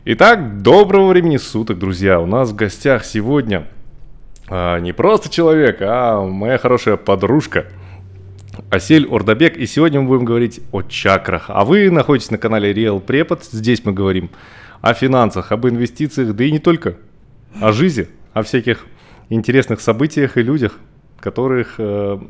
Итак, доброго времени суток, друзья. У нас в гостях сегодня не просто человек, а моя хорошая подружка Асель Ордабек. И сегодня мы будем говорить о чакрах. А вы находитесь на канале Real Препод. Здесь мы говорим о финансах, об инвестициях, да и не только. О жизни, о всяких интересных событиях и людях, которых,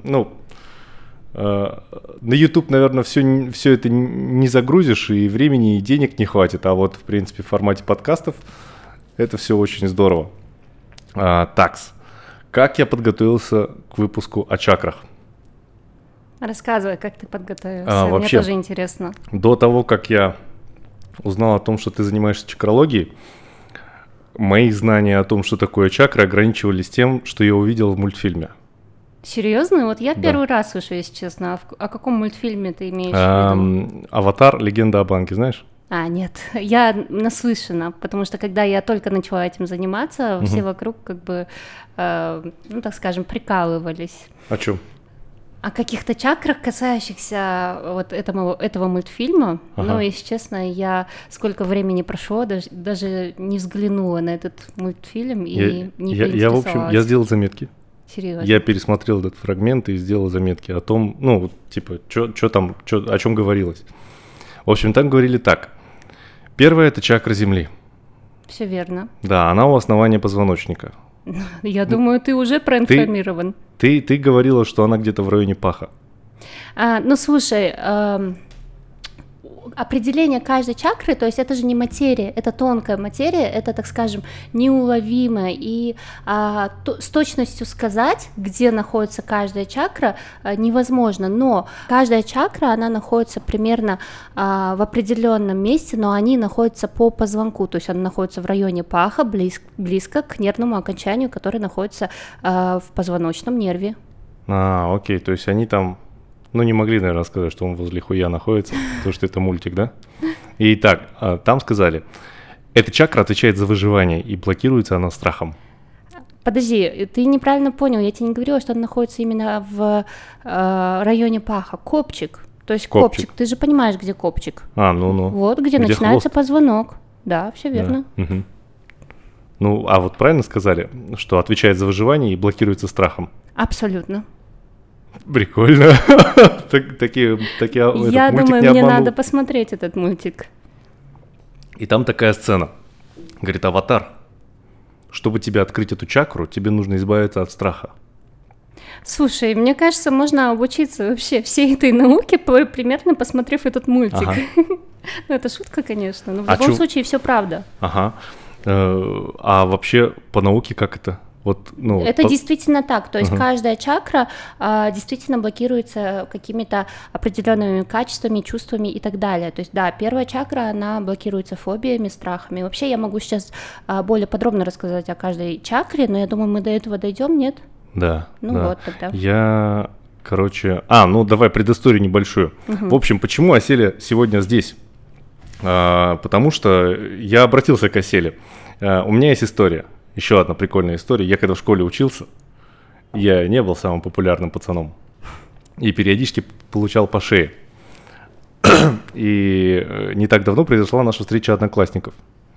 на YouTube, наверное, все это не загрузишь, и времени, и денег не хватит. А вот, в принципе, в формате подкастов это все очень здорово. Такс. Как я подготовился к выпуску о чакрах? Рассказывай, как ты подготовился. Мне Вообще, тоже интересно. До того, как я узнал о том, что ты занимаешься чакралогией, мои знания о том, что такое чакры, ограничивались тем, что я увидел в мультфильме. Серьезно? Вот я Да. первый раз слышу, если честно. О каком мультфильме ты имеешь в виду? «Аватар. Легенда об Аанге», знаешь? Нет, я наслышана, потому что когда я только начала этим заниматься, все вокруг так скажем, прикалывались. О чем? О каких-то чакрах, касающихся вот этого мультфильма, но, если честно, я сколько времени прошло, даже не взглянула на этот мультфильм и не поинтересовалась. В общем, я сделал заметки. Серьезно? Я пересмотрел этот фрагмент и сделал заметки о том, о чем говорилось. В общем, там говорили так. Первая – это чакра Земли. Все верно. Да, она у основания позвоночника. Я думаю, ты уже проинформирован. Ты говорила, что она где-то в районе паха. Слушай, определение каждой чакры, то есть это же не материя, это тонкая материя, это, так скажем, неуловимая, и с точностью сказать, где находится каждая чакра, невозможно, но каждая чакра, она находится примерно в определенном месте, но они находятся по позвонку, то есть она находится в районе паха, близко к нервному окончанию, которое находится в позвоночном нерве. Окей, то есть они там... не могли, наверное, сказать, что он возле хуя находится, потому что это мультик, да? Итак, там сказали, эта чакра отвечает за выживание, и блокируется она страхом. Подожди, ты неправильно понял, я тебе не говорила, что она находится именно в районе паха. Копчик, то есть копчик. Ты же понимаешь, где копчик. Вот, где начинается хвост. Позвонок. Да, все верно. Да. Угу. Вот правильно сказали, что отвечает за выживание и блокируется страхом? Абсолютно. Прикольно. Я думаю, мне надо посмотреть этот мультик. И там такая сцена. Говорит, аватар, чтобы тебе открыть эту чакру, тебе нужно избавиться от страха. Слушай, мне кажется, можно обучиться вообще всей этой науке, примерно посмотрев этот мультик. Это шутка, конечно, но в любом случае все правда. А вообще по науке как это? Это действительно так, то есть каждая чакра действительно блокируется какими-то определенными качествами, чувствами и так далее. То есть, да, первая чакра, она блокируется фобиями, страхами. Вообще я могу сейчас более подробно рассказать о каждой чакре, но я думаю, мы до этого дойдем, нет? Да. Вот тогда. Давай предысторию небольшую. В общем, почему Аселя сегодня здесь? Потому что я обратился к Аселе. У меня есть история. Еще одна прикольная история. Я когда в школе учился, я не был самым популярным пацаном. И периодически получал по шее. И не так давно произошла наша встреча одноклассников.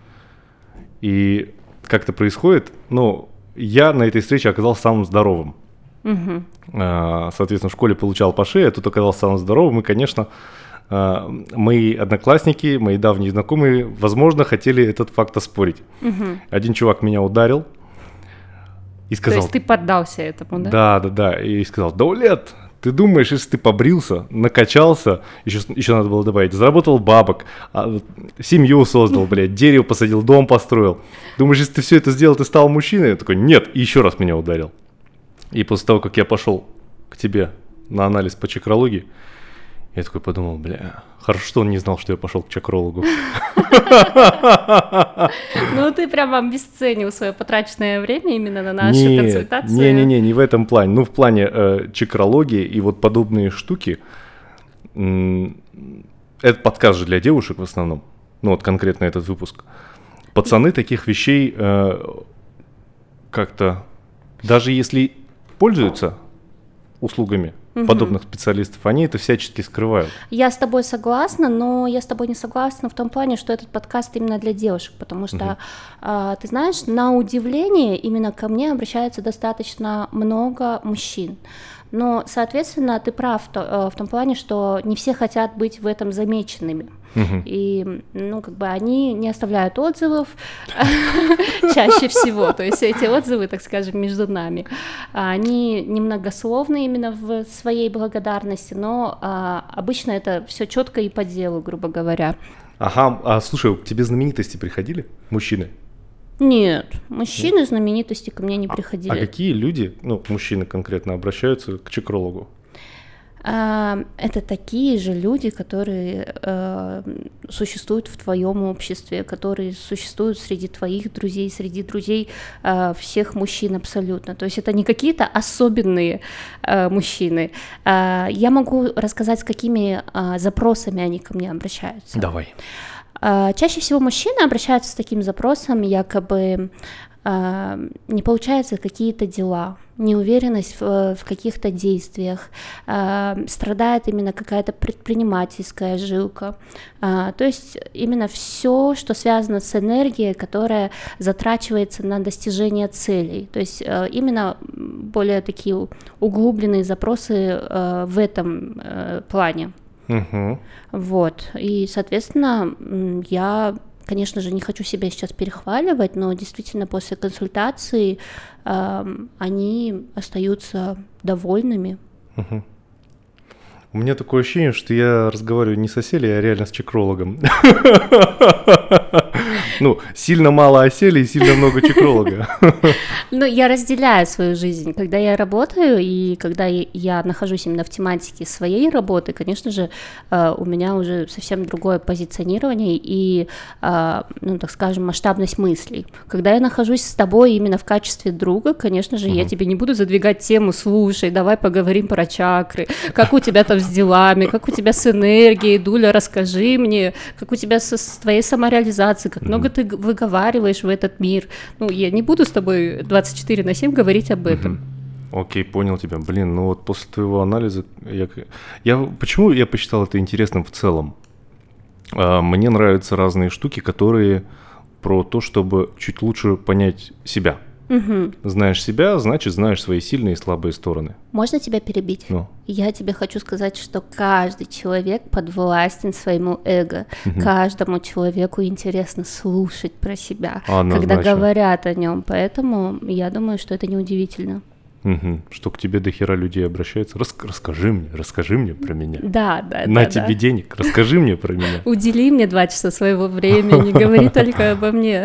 И как это происходит? Я на этой встрече оказался самым здоровым. Соответственно, в школе получал по шее, а тут оказался самым здоровым. И, конечно, мои одноклассники, мои давние знакомые, возможно, хотели этот факт оспорить. Один чувак меня ударил и сказал... То есть ты поддался этому, да? Да. И сказал, Даулет, ты думаешь, если ты побрился, накачался, еще надо было добавить, заработал бабок, семью создал, дерево посадил, дом построил. Думаешь, если ты все это сделал, ты стал мужчиной? Я такой, нет, и еще раз меня ударил. И после того, как я пошел к тебе на анализ по чакралогии, я такой подумал, хорошо, что он не знал, что я пошел к чакрологу. Ты прям обесценил свое потраченное время именно на нашу консультацию. Не в этом плане. В плане чакралогии и вот подобные штуки. Это подкаст же для девушек в основном. Конкретно этот выпуск. Пацаны таких вещей как-то, даже если пользуются услугами подобных специалистов, они это всячески скрывают. Я с тобой согласна, но я с тобой не согласна в том плане, что этот подкаст именно для девушек, потому что, ты знаешь, на удивление именно ко мне обращается достаточно много мужчин. Но, соответственно, ты прав в том плане, что не все хотят быть в этом замеченными. И, они не оставляют отзывов чаще всего, то есть эти отзывы, так скажем, между нами, они немногословны именно в своей благодарности, но обычно это все четко и по делу, грубо говоря. Ага, слушай, к тебе знаменитости приходили, мужчины? Нет, мужчины знаменитости ко мне не приходили. А какие люди, мужчины конкретно, обращаются к чакрологу? Это такие же люди, которые существуют в твоем обществе, которые существуют среди твоих друзей, среди друзей всех мужчин абсолютно. То есть это не какие-то особенные мужчины. Я могу рассказать, с какими запросами они ко мне обращаются. Давай. Чаще всего мужчины обращаются с таким запросом, якобы не получаются какие-то дела, неуверенность в каких-то действиях, страдает именно какая-то предпринимательская жилка, то есть именно все, что связано с энергией, которая затрачивается на достижение целей, то есть именно более такие углубленные запросы в этом плане. Вот, и, соответственно, я, конечно же, не хочу себя сейчас перехваливать, но действительно после консультации они остаются довольными. У меня такое ощущение, что я разговариваю не с Оселей, а реально с чакрологом. Сильно мало Осели и сильно много чакролога. Я разделяю свою жизнь. Когда я работаю и когда я нахожусь именно в тематике своей работы, конечно же, у меня уже совсем другое позиционирование и, так скажем, масштабность мыслей. Когда я нахожусь с тобой именно в качестве друга, конечно же, я тебе не буду задвигать тему: слушай, давай поговорим про чакры, как у тебя там с делами, как у тебя с энергией, Дуля, расскажи мне, как у тебя с твоей самореализацией, как много ты выговариваешь в этот мир. Я не буду с тобой 24/7 говорить об этом. Окей, понял тебя. После твоего анализа, почему я посчитал это интересным в целом? Мне нравятся разные штуки, которые про то, чтобы чуть лучше понять себя. Знаешь себя, значит, знаешь свои сильные и слабые стороны. Можно тебя перебить? Я тебе хочу сказать, что каждый человек подвластен своему эго. Каждому человеку интересно слушать про себя, когда говорят о нем. Поэтому я думаю, что это неудивительно. Что к тебе до хера людей обращаются. Расскажи мне про меня. Да. На тебе денег, расскажи мне про меня. Удели мне 2 часа своего времени, говори только обо мне.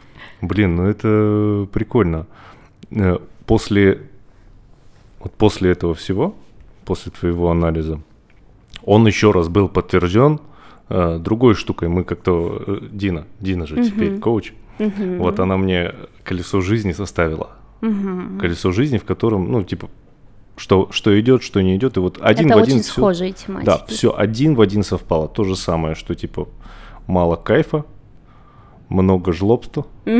Это прикольно. После этого всего, после твоего анализа, он еще раз был подтвержден другой штукой. Мы как-то... Дина же теперь коуч. Вот она мне колесо жизни составила. Колесо жизни, в котором, что идет, что не идет. И вот один это в один очень схожие тематики. Да, все один в один совпало. То же самое, что мало кайфа, много жлобства.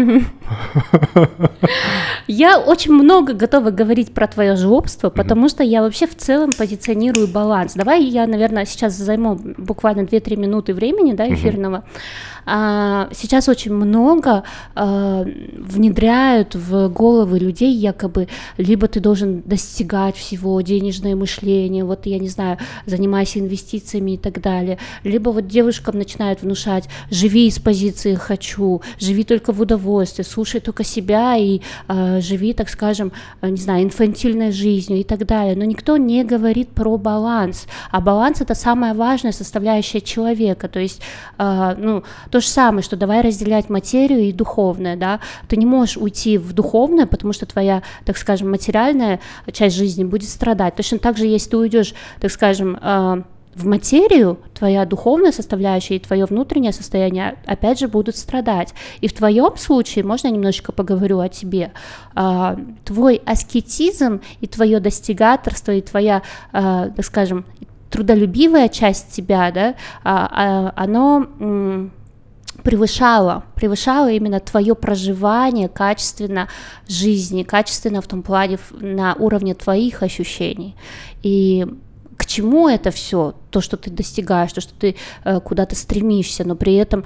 Я очень много готова говорить про твое жлобство, потому что я вообще в целом позиционирую баланс. Давай я, наверное, сейчас займу буквально 2-3 минуты времени, эфирного. Сейчас очень много внедряют в головы людей, якобы либо ты должен достигать всего, денежное мышление, я не знаю, занимайся инвестициями и так далее, либо девушкам начинают внушать: живи из позиции «хочу», живи только в удовольствии, слушай только себя и живи, так скажем, не знаю, инфантильной жизнью и так далее. Но никто не говорит про баланс, а баланс — это самая важная составляющая человека, то есть, то же самое, что давай разделять материю и духовное, ты не можешь уйти в духовное, потому что твоя, так скажем, материальная часть жизни будет страдать. Точно так же, если ты уйдешь, так скажем, в материю, твоя духовная составляющая и твое внутреннее состояние опять же будут страдать. И в твоем случае, можно я немножечко поговорю о тебе, твой аскетизм и твое достигаторство, и твоя, так скажем, трудолюбивая часть тебя, оно превышало именно твое проживание качественно жизни, качественно в том плане, на уровне твоих ощущений. И к чему это все, то, что ты достигаешь, то, что ты куда-то стремишься, но при этом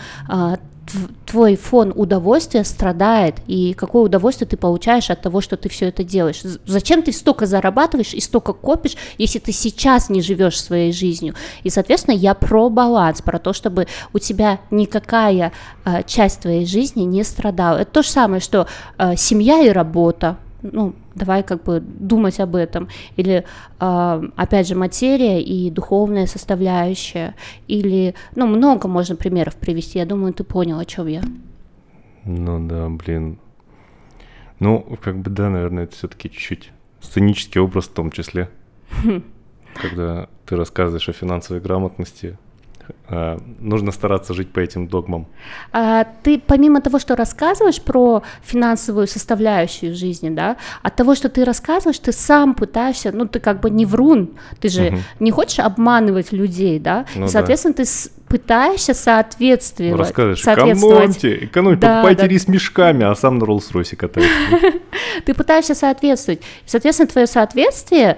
твой фон удовольствия страдает, и какое удовольствие ты получаешь от того, что ты все это делаешь. Зачем ты столько зарабатываешь и столько копишь, если ты сейчас не живешь своей жизнью? И, соответственно, я про баланс, про то, чтобы у тебя никакая часть твоей жизни не страдала. Это то же самое, что семья и работа. Ну, давай как бы думать об этом. Или, опять же, материя и духовная составляющая. Или, ну, много можно примеров привести. Я думаю, ты понял, о чем я. Ну да, блин. Ну, как бы да, наверное, это все-таки чуть-чуть сценический образ в том числе. Когда ты рассказываешь о финансовой грамотности, нужно стараться жить по этим догмам. Ты помимо того, что рассказываешь про финансовую составляющую жизни, да, от того, что ты рассказываешь, ты сам пытаешься, ну ты как бы не врун, ты же не хочешь обманывать людей, да, ну, и, соответственно, ты пытаешься соответствовать. Рассказываешь, экономьте, покупайте рис мешками, а сам на Роллс-Ройсе катаешься. Ты пытаешься соответствовать. Соответственно, твое соответствие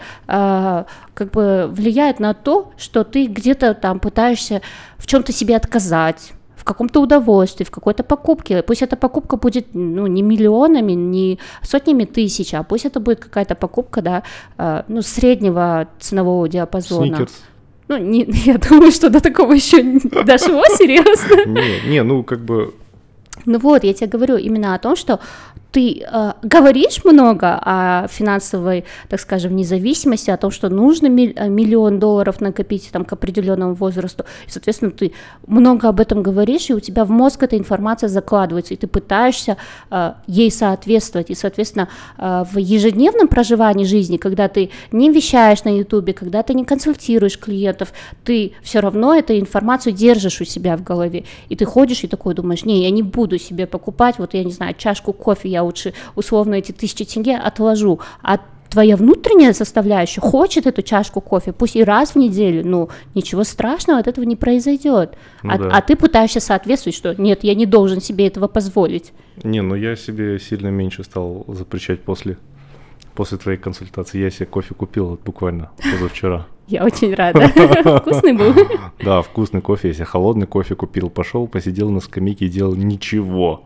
как бы влияет на то, что ты где-то там пытаешься в чем-то себе отказать, в каком-то удовольствии, в какой-то покупке. Пусть эта покупка будет, ну, не миллионами, не сотнями тысяч, а пусть это будет какая-то покупка, да, ну, среднего ценового диапазона. Сникерс. Ну, я думаю, что до такого еще не дошло, серьезно. Не, ну, как бы... Ну вот, я тебе говорю именно о том, что ты говоришь много о финансовой, так скажем, независимости, о том, что нужно $1 миллион накопить там, к определенному возрасту, и, соответственно, ты много об этом говоришь, и у тебя в мозг эта информация закладывается, и ты пытаешься ей соответствовать, и, соответственно, в ежедневном проживании жизни, когда ты не вещаешь на Ютубе, когда ты не консультируешь клиентов, ты все равно эту информацию держишь у себя в голове, и ты ходишь и такой думаешь, не, я не буду себе покупать, вот, я не знаю, чашку кофе, я лучше условно эти 1000 тенге отложу, а твоя внутренняя составляющая хочет эту чашку кофе, пусть и раз в неделю, но ничего страшного от этого не произойдет, да. А ты пытаешься соответствовать, что нет, я не должен себе этого позволить. Не, ну я себе сильно меньше стал запрещать после твоей консультации. Я себе кофе купил вот буквально позавчера. Я очень рада. Вкусный был? Да, вкусный кофе. Я себе холодный кофе купил, пошел, посидел на скамейке и делал ничего.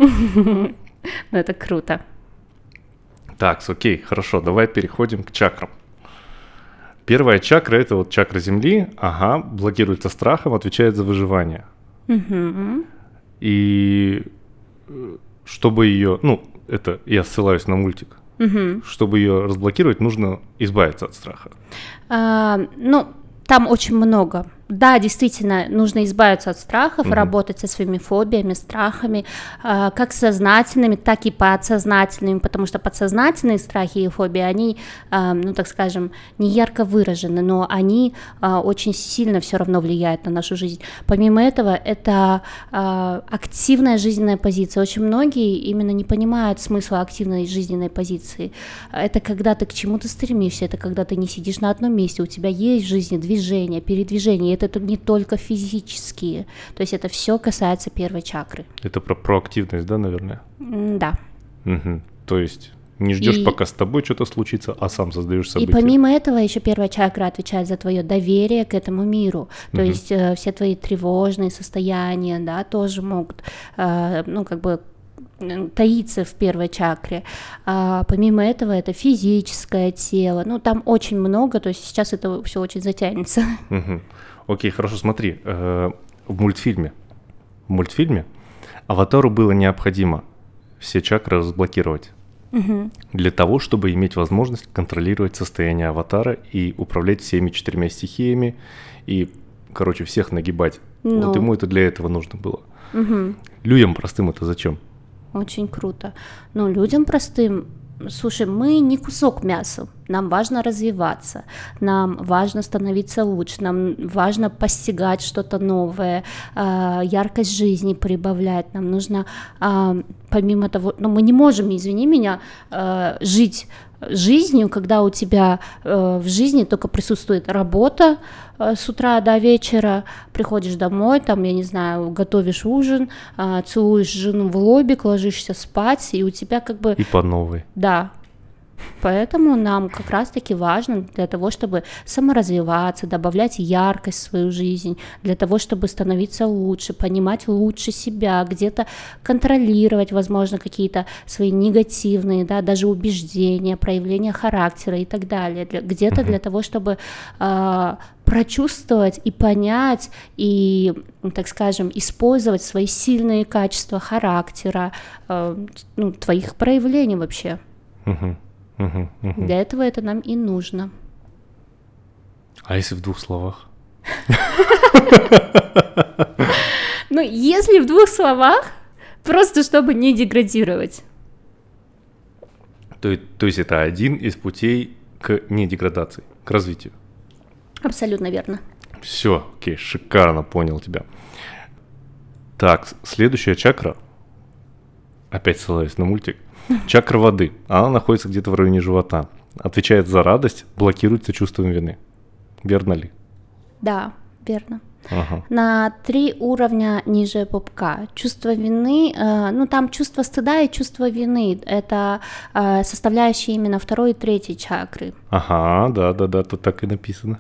Ну, это круто. Так, окей, хорошо, давай переходим к чакрам. Первая чакра – это вот чакра Земли, блокируется страхом, отвечает за выживание. И чтобы ее, ну, это я ссылаюсь на мультик, чтобы ее разблокировать, нужно избавиться от страха. Ну, там очень много. Да, действительно, нужно избавиться от страхов, работать со своими фобиями, страхами, как сознательными, так и подсознательными, потому что подсознательные страхи и фобии, они, ну, так скажем, не ярко выражены, но они очень сильно все равно влияют на нашу жизнь. Помимо этого, это активная жизненная позиция. Очень многие именно не понимают смысла активной жизненной позиции. Это когда ты к чему-то стремишься, это когда ты не сидишь на одном месте, у тебя есть в жизни движение, передвижение. Это не только физические, то есть это все касается первой чакры. Это про проактивность, да, наверное? Да. То есть не ждешь, пока с тобой что-то случится, а сам создаешь события. И помимо этого еще первая чакра отвечает за твое доверие к этому миру, то есть все твои тревожные состояния, да, тоже могут, ну, как бы таится в первой чакре. Помимо этого, это физическое тело. Ну, там очень много, то есть сейчас это все очень затянется. Окей, хорошо, смотри. В мультфильме Аватару было необходимо все чакры разблокировать для того, чтобы иметь возможность контролировать состояние Аватара и управлять всеми 4 стихиями и, короче, всех нагибать. Вот ему это для этого нужно было. Людям простым это зачем? Очень круто. Ну, людям простым, слушай, мы не кусок мяса, нам важно развиваться, нам важно становиться лучше, нам важно постигать что-то новое, яркость жизни прибавлять, нам нужно, помимо того, мы не можем, извини меня, жить жизнью, когда у тебя в жизни только присутствует работа с утра до вечера, приходишь домой, там, я не знаю, готовишь ужин, целуешь жену в лобик, ложишься спать, и у тебя как бы... И по новой. Да. Поэтому нам как раз-таки важно для того, чтобы саморазвиваться, добавлять яркость в свою жизнь, для того, чтобы становиться лучше, понимать лучше себя, где-то контролировать, возможно, какие-то свои негативные, да, даже убеждения, проявления характера и так далее, где-то для того, чтобы прочувствовать и понять, и, так скажем, использовать свои сильные качества характера, твоих проявлений вообще. Для этого это нам и нужно. А если в 2 словах? Если в 2 словах, просто чтобы не деградировать. То есть это один из путей к недеградации, к развитию. Абсолютно верно. Все, окей, шикарно понял тебя. Так, следующая чакра, опять ссылаюсь на мультик, чакра воды. Она находится где-то в районе живота. Отвечает за радость, блокируется чувством вины. Верно ли? Да, верно. Ага. На 3 уровня ниже пупка. Чувство вины, там чувство стыда и чувство вины. Это составляющие именно 2 и 3 чакры. Ага, да, тут так и написано.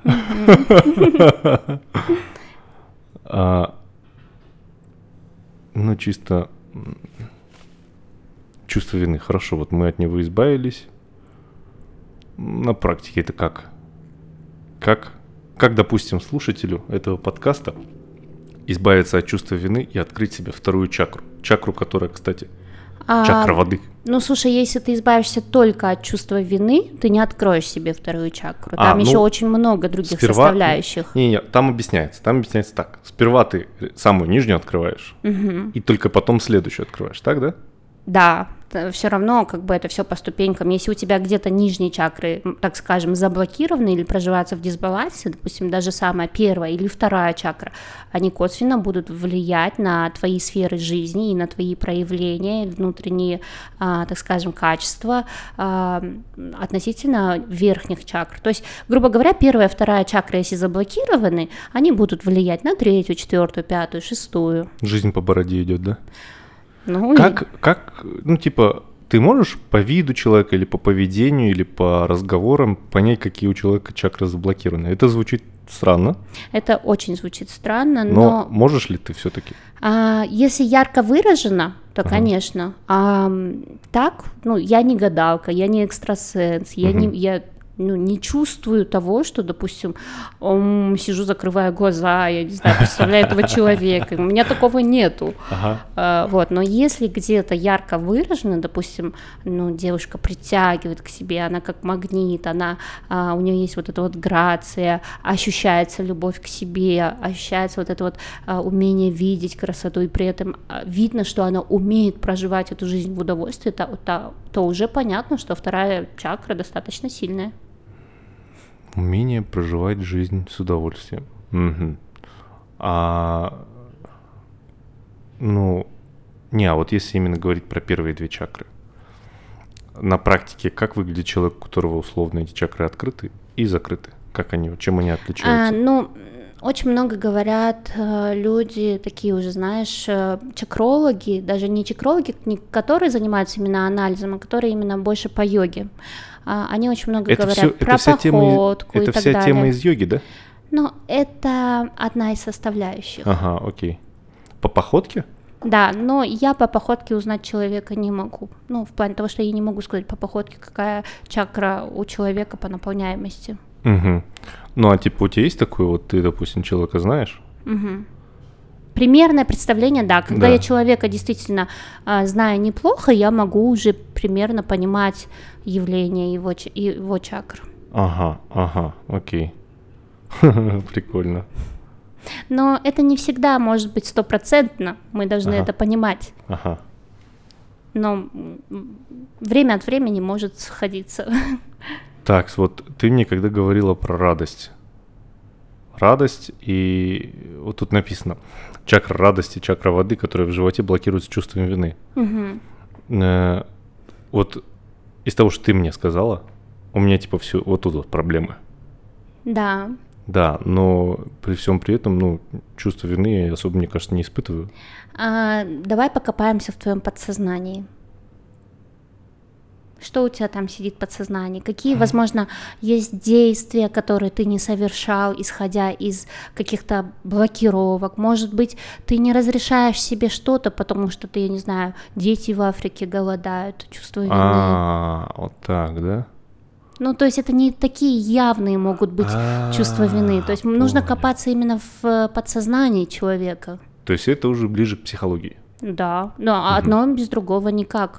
Чисто... Чувство вины. Хорошо, вот мы от него избавились. На практике это как? Как, допустим, слушателю этого подкаста избавиться от чувства вины и открыть себе 2 чакру? Чакру, которая, кстати, чакра воды. Слушай, если ты избавишься только от чувства вины, ты не откроешь себе 2 чакру. Там еще очень много других составляющих. Не, там объясняется так. Сперва ты самую нижнюю открываешь, и только потом следующую открываешь, так, да? Да, все равно это все по ступенькам. Если у тебя где-то нижние чакры, так скажем, заблокированы или проживаются в дисбалансе, допустим, даже самая 1 или 2 чакра, они косвенно будут влиять на твои сферы жизни и на твои проявления, внутренние, так скажем, качества относительно верхних чакр. То есть, грубо говоря, 1 и 2 чакры, если заблокированы, они будут влиять на 3, 4, 5, 6. Жизнь по бороде идет, да? Ты можешь по виду человека или по поведению, или по разговорам понять, какие у человека чакры заблокированы? Это звучит странно. Это очень звучит странно, но можешь ли ты все-таки? Если ярко выражено, то, конечно. Так, я не гадалка, я не экстрасенс, я не чувствую того, что, допустим, сижу, закрываю глаза, я не знаю, представляю этого человека. У меня такого нету. Но если где-то ярко выражено, допустим, девушка притягивает к себе, она как магнит, у нее есть вот эта вот грация, ощущается любовь к себе, ощущается вот это вот умение видеть красоту, и при этом видно, что она умеет проживать эту жизнь в удовольствии, то уже понятно, что 2 чакра достаточно сильная. Умение проживать жизнь с удовольствием. Угу. Вот если именно говорить про первые 2 чакры. На практике, как выглядит человек, у которого условно эти чакры открыты и закрыты? Чем они отличаются? Очень много говорят люди, такие уже, знаешь, чакрологи, даже не чакрологи, которые занимаются именно анализом, а которые именно больше по йоге. Они очень много говорят про походку и так далее. Это вся тема из йоги, да? Это одна из составляющих. Ага, окей. По походке? Да, но я по походке узнать человека не могу. В плане того, что я не могу сказать по походке, какая чакра у человека по наполняемости. Угу. У тебя есть такое, ты, допустим, человека знаешь? Угу. Примерное представление, да. Когда я человека действительно знаю неплохо, я могу уже примерно понимать явление его чакр. Ага, окей. Прикольно. Но это не всегда может быть 100%, мы должны это понимать. Ага. Но время от времени может сходиться. Так, вот ты мне когда говорила про радость. Радость, и вот тут написано: чакра радости, чакра воды, которая в животе блокируется чувством вины. Вот из того, что ты мне сказала, у меня типа все вот тут вот проблемы. Да. Да, но при всем при этом, ну, чувство вины я особо, мне кажется, не испытываю. Давай покопаемся в твоем подсознании. Что у тебя там сидит в подсознании? Какие, возможно, есть действия, которые ты не совершал, исходя из каких-то блокировок? Может быть, ты не разрешаешь себе что-то, потому что ты, я не знаю, дети в Африке голодают, чувство вины. Вот так, да? Ну, то есть это не такие явные могут быть чувства вины. То есть нужно копаться именно в подсознании человека. То есть это уже ближе к психологии. Да, но одно без другого никак.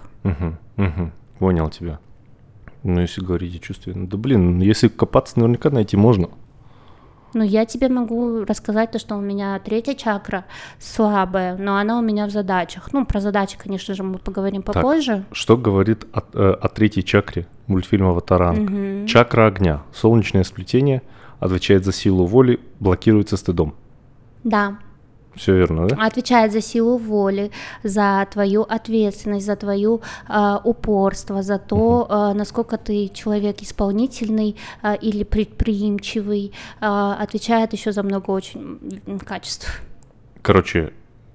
Понял тебя. Ну, если говорить о чувстве, ну, да блин, если копаться, наверняка найти можно. Ну, я тебе могу рассказать то, что у меня 3-я чакра слабая, но она у меня в задачах. Ну, про задачи, конечно же, мы поговорим попозже. Так, что говорит о 3-й чакре мультфильма «Аватаранг»? Чакра огня, солнечное сплетение, отвечает за силу воли, блокируется стыдом. Да. Все верно, да? Отвечает за силу воли, за твою ответственность, за твое упорство, за то, насколько ты человек исполнительный или предприимчивый. Отвечает еще за много очень качеств. Короче,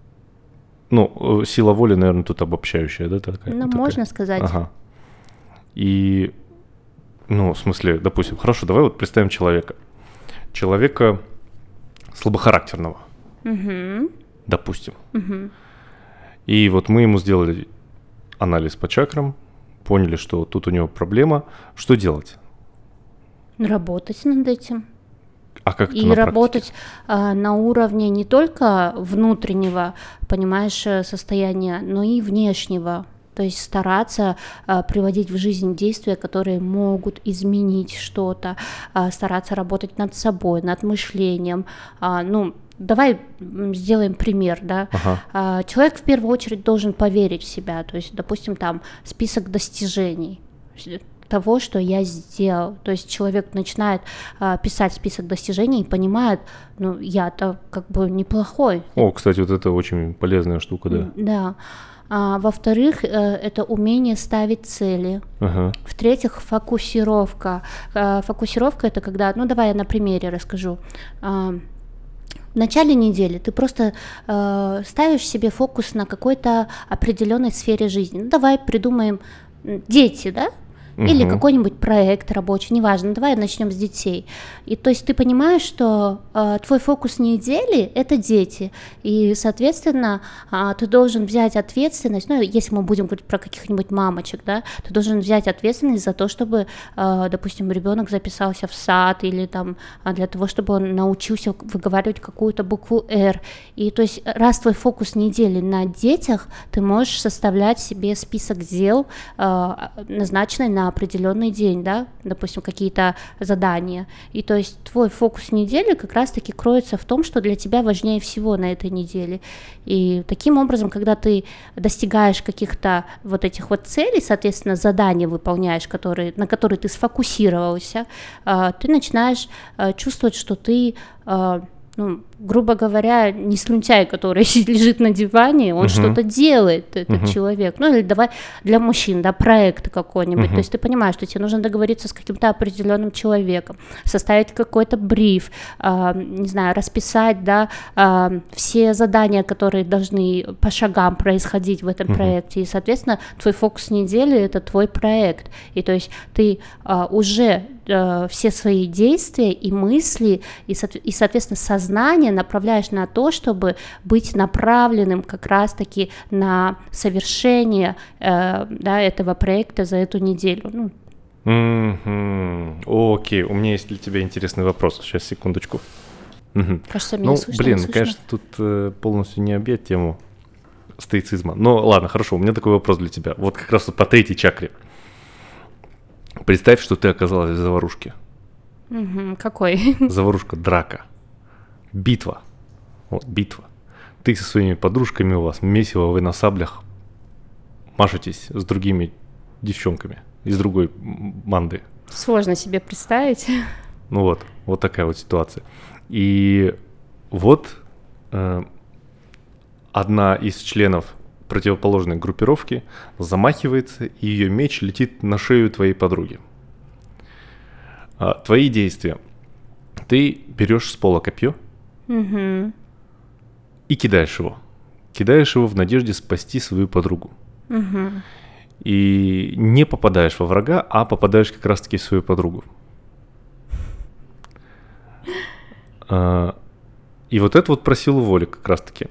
ну, сила воли, наверное, тут обобщающая, да? Такая, ну, такая. Можно сказать. Ага. И, ну, в смысле, допустим, хорошо, давай вот представим человека. Человека слабохарактерного. Допустим. И вот мы ему сделали анализ по чакрам, поняли, что тут у него проблема. Что делать? Работать над этим. А как это и на работать на уровне не только внутреннего, понимаешь, состояния, но и внешнего. То есть стараться приводить в жизнь действия, которые могут изменить что-то, стараться работать над собой, над мышлением. Ну, давай сделаем пример, да. Человек в первую очередь должен поверить в себя. То есть, допустим, там список достижений того, что я сделал. То есть человек начинает писать список достижений и понимает, ну, я-то как бы неплохой. О, кстати, вот это очень полезная штука, да. Да. Во-вторых, это умение ставить цели. В-третьих, фокусировка. Фокусировка — это когда, ну, давай я на примере расскажу. В начале недели ты просто ставишь себе фокус на какой-то определенной сфере жизни. Ну, давай придумаем дети, да? Или какой-нибудь проект рабочий, неважно, давай начнем с детей. И то есть ты понимаешь, что твой фокус недели — это дети, и, соответственно, ты должен взять ответственность, ну, если мы будем говорить про каких-нибудь мамочек, да, ты должен взять ответственность за то, чтобы, допустим, ребенок записался в сад, или там для того, чтобы он научился выговаривать какую-то букву «Р». И то есть раз твой фокус недели на детях, ты можешь составлять себе список дел, назначенный на определенный день, да, допустим, какие-то задания. И то есть твой фокус недели как раз-таки кроется в том, что для тебя важнее всего на этой неделе. И таким образом, когда ты достигаешь каких-то вот этих вот целей, соответственно, задания выполняешь, на которые ты сфокусировался, ты начинаешь чувствовать, что ты, ну, грубо говоря, не слюнтяй, который лежит на диване, он что-то делает, этот человек. Ну, или давай для мужчин, да, проект какой-нибудь. То есть ты понимаешь, что тебе нужно договориться с каким-то определенным человеком, составить какой-то бриф, не знаю, расписать, да, все задания, которые должны по шагам происходить в этом проекте. И, соответственно, твой фокус недели — это твой проект. И то есть ты уже все свои действия и мысли, и соответственно, сознание направляешь на то, чтобы быть направленным как раз-таки на совершение да, этого проекта за эту неделю. Окей, у меня есть для тебя интересный вопрос. Сейчас, секундочку. Кажется, меня слышно, блин, конечно, тут полностью не объять тему стоицизма. Но ладно, хорошо, у меня такой вопрос для тебя. Вот как раз вот по 3-й чакре. Представь, что ты оказалась в заварушке. Какой? Заварушка, драка, битва. Вот, битва. Ты со своими подружками, у вас месиво, вы на саблях машетесь с другими девчонками из другой банды. Сложно себе представить. Ну вот такая вот ситуация. И вот одна из членов противоположной группировки замахивается, и ее меч летит на шею твоей подруги. Твои действия. Ты берешь с пола копье и кидаешь его. Кидаешь его в надежде спасти свою подругу. И не попадаешь во врага, а попадаешь как раз-таки в свою подругу. И вот это вот про силу воли как раз-таки.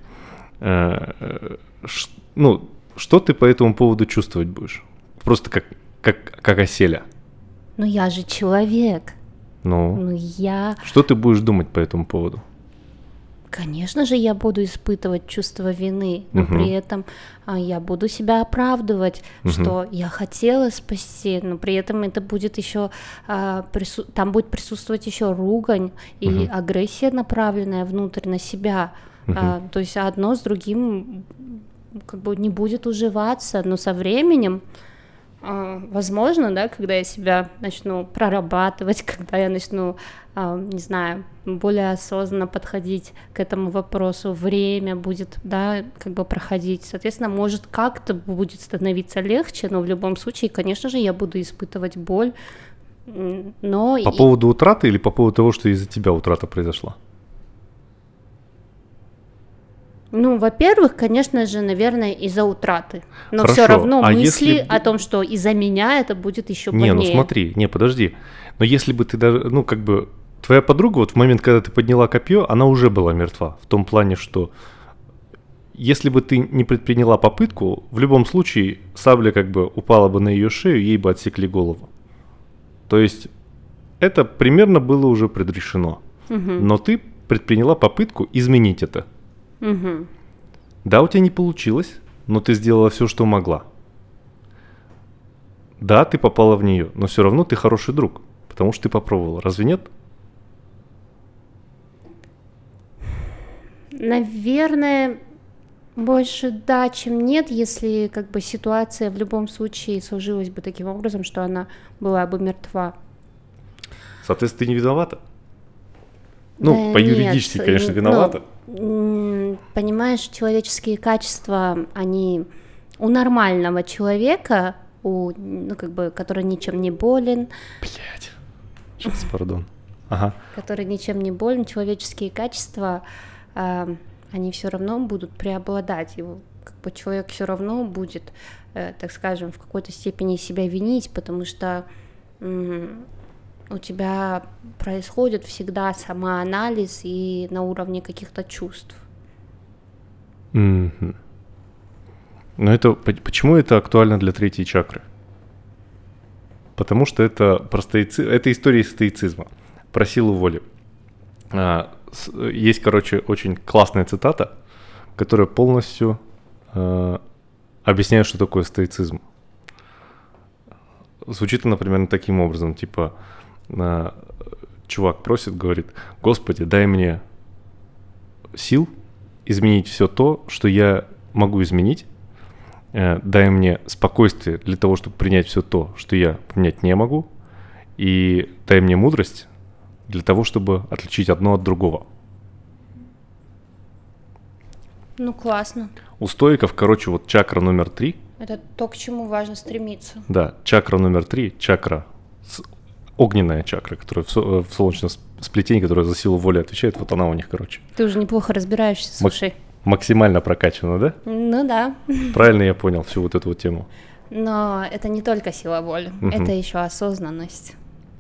Ну, что ты по этому поводу чувствовать будешь? Просто как оселя. Ну я же человек. Ну, я... Что ты будешь думать по этому поводу? Конечно же, я буду испытывать чувство вины, но при этом я буду себя оправдывать, что я хотела спасти, но при этом это будет еще там будет присутствовать еще ругань и агрессия, направленная внутрь на себя. То есть одно с другим как бы не будет уживаться, но со временем, возможно, да, когда я себя начну прорабатывать, когда я начну, не знаю, более осознанно подходить к этому вопросу, время будет, да, как бы проходить, соответственно, может, как-то будет становиться легче, но в любом случае, конечно же, я буду испытывать боль, но... По поводу утраты или по поводу того, что из-за тебя утрата произошла? Ну, во-первых, конечно же, наверное, из-за утраты. Но Хорошо. все равно мысли если... о том, что из-за меня это будет еще больнее. Не, ну смотри, подожди. Но если бы ты даже, ну, как бы, твоя подруга, вот в момент, когда ты подняла копье, она уже была мертва. В том плане, что если бы ты не предприняла попытку, в любом случае сабля как бы упала бы на ее шею, ей бы отсекли голову. То есть это примерно было уже предрешено. Но ты предприняла попытку изменить это. Да, у тебя не получилось, но ты сделала все, что могла. Да, ты попала в нее, но все равно ты хороший друг, потому что ты попробовала. Разве нет? Наверное, больше да, чем нет, если как бы ситуация в любом случае сложилась бы таким образом, что она была бы мертва. Соответственно, ты не виновата? Ну, да, по юридически, нет, конечно, виновата. Понимаешь, человеческие качества, они у нормального человека, ну, как бы, который ничем не болен. Блять. Сейчас, пардон. Ага. Который ничем не болен, человеческие качества, они все равно будут преобладать. Его, как бы, человек все равно будет, так скажем, в какой-то степени себя винить, потому что у тебя происходит всегда самоанализ и на уровне каких-то чувств. Но это почему это актуально для третьей чакры? Потому что это это история стоицизма про силу воли. Есть, короче, очень классная цитата, которая полностью объясняет, что такое стоицизм. Звучит она примерно таким образом, типа... Чувак просит, говорит: Господи, дай мне сил изменить все то, что я могу изменить, дай мне спокойствие для того, чтобы принять все то, что я принять не могу, и дай мне мудрость для того, чтобы отличить одно от другого. Ну, классно. У стоиков, короче, вот чакра номер 3. Это то, к чему важно стремиться. Да, чакра номер 3, чакра огненная чакра, которая в солнечном сплетении, которая за силу воли отвечает, вот она у них, короче. Ты уже неплохо разбираешься, слушай. Максимально прокачана, да? Ну да. Правильно я понял всю вот эту вот тему. Но это не только сила воли, это еще осознанность.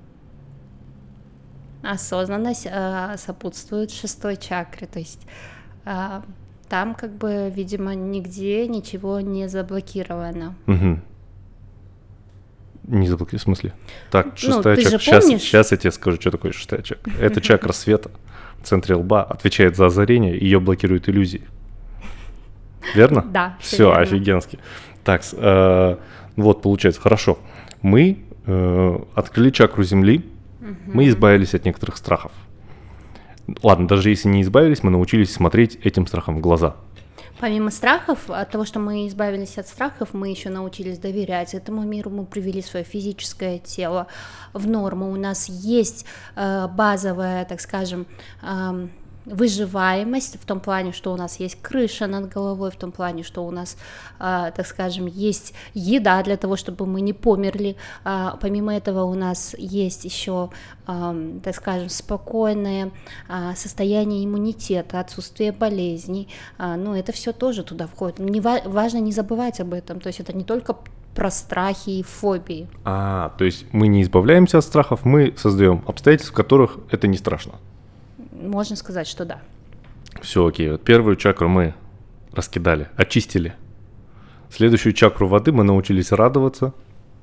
Осознанность сопутствует 6-й чакре, то есть там как бы, видимо, нигде ничего не заблокировано. Не заблокировано, в смысле? Так, 6-я ты чакра. же помнишь? Сейчас я тебе скажу, что такое 6-я чакра. Это чакра света в центре лба, отвечает за озарение, ее блокируют иллюзии. Верно? Да. Все, офигенски. Так, вот получается, хорошо. Мы открыли чакру Земли, мы избавились от некоторых страхов. Ладно, даже если не избавились, мы научились смотреть этим страхам в глаза. Помимо страхов, от того, что мы избавились от страхов, мы еще научились доверять этому миру, мы привели свое физическое тело в норму, у нас есть базовая, так скажем, выживаемость в том плане, что у нас есть крыша над головой, в том плане, что у нас, так скажем, есть еда для того, чтобы мы не померли. Помимо этого у нас есть еще, так скажем, спокойное состояние иммунитета, отсутствие болезней. Ну, это все тоже туда входит. Важно не забывать об этом. То есть это не только про страхи и фобии. То есть мы не избавляемся от страхов, мы создаем обстоятельства, в которых это не страшно. Можно сказать, что да. Все, окей. Вот первую чакру мы раскидали, очистили. Следующую чакру воды мы научились радоваться.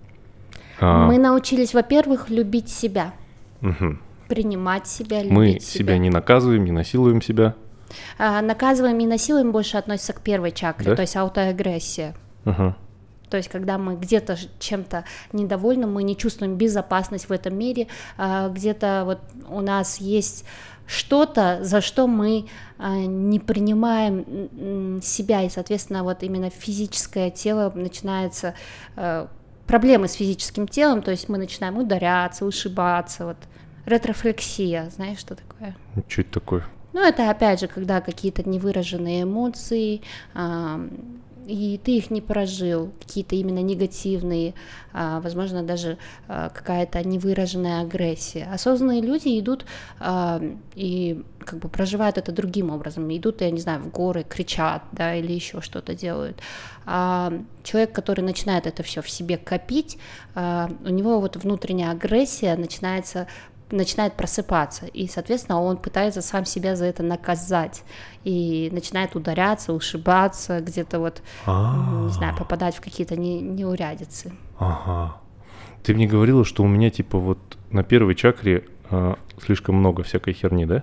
Мы научились, во-первых, любить себя, Угу. принимать себя, любить Мы себя не наказываем, не насилуем себя. Наказываем и насилуем больше относится к первой чакре, Да? то есть аутоагрессия. Ага. То есть, когда мы где-то чем-то недовольны, мы не чувствуем безопасность в этом мире, где-то вот у нас есть что-то, за что мы не принимаем себя, и, соответственно, вот именно физическое тело начинается, проблемы с физическим телом, то есть мы начинаем ударяться, ушибаться, вот ретрофлексия, знаешь, что такое? Что это такое? Ну, это, опять же, когда какие-то невыраженные эмоции, и ты их не прожил, какие-то именно негативные, возможно, даже какая-то невыраженная агрессия. Осознанные люди идут и как бы проживают это другим образом. Идут, я не знаю, в горы, кричат, да, или еще что-то делают. А человек, который начинает это все в себе копить, у него вот внутренняя агрессия начинает просыпаться, и, соответственно, он пытается сам себя за это наказать, и начинает ударяться, ушибаться, где-то вот, не знаю, попадать в какие-то неурядицы. Ага. Ты мне говорила, что у меня, типа, вот на первой чакре слишком много всякой херни, да?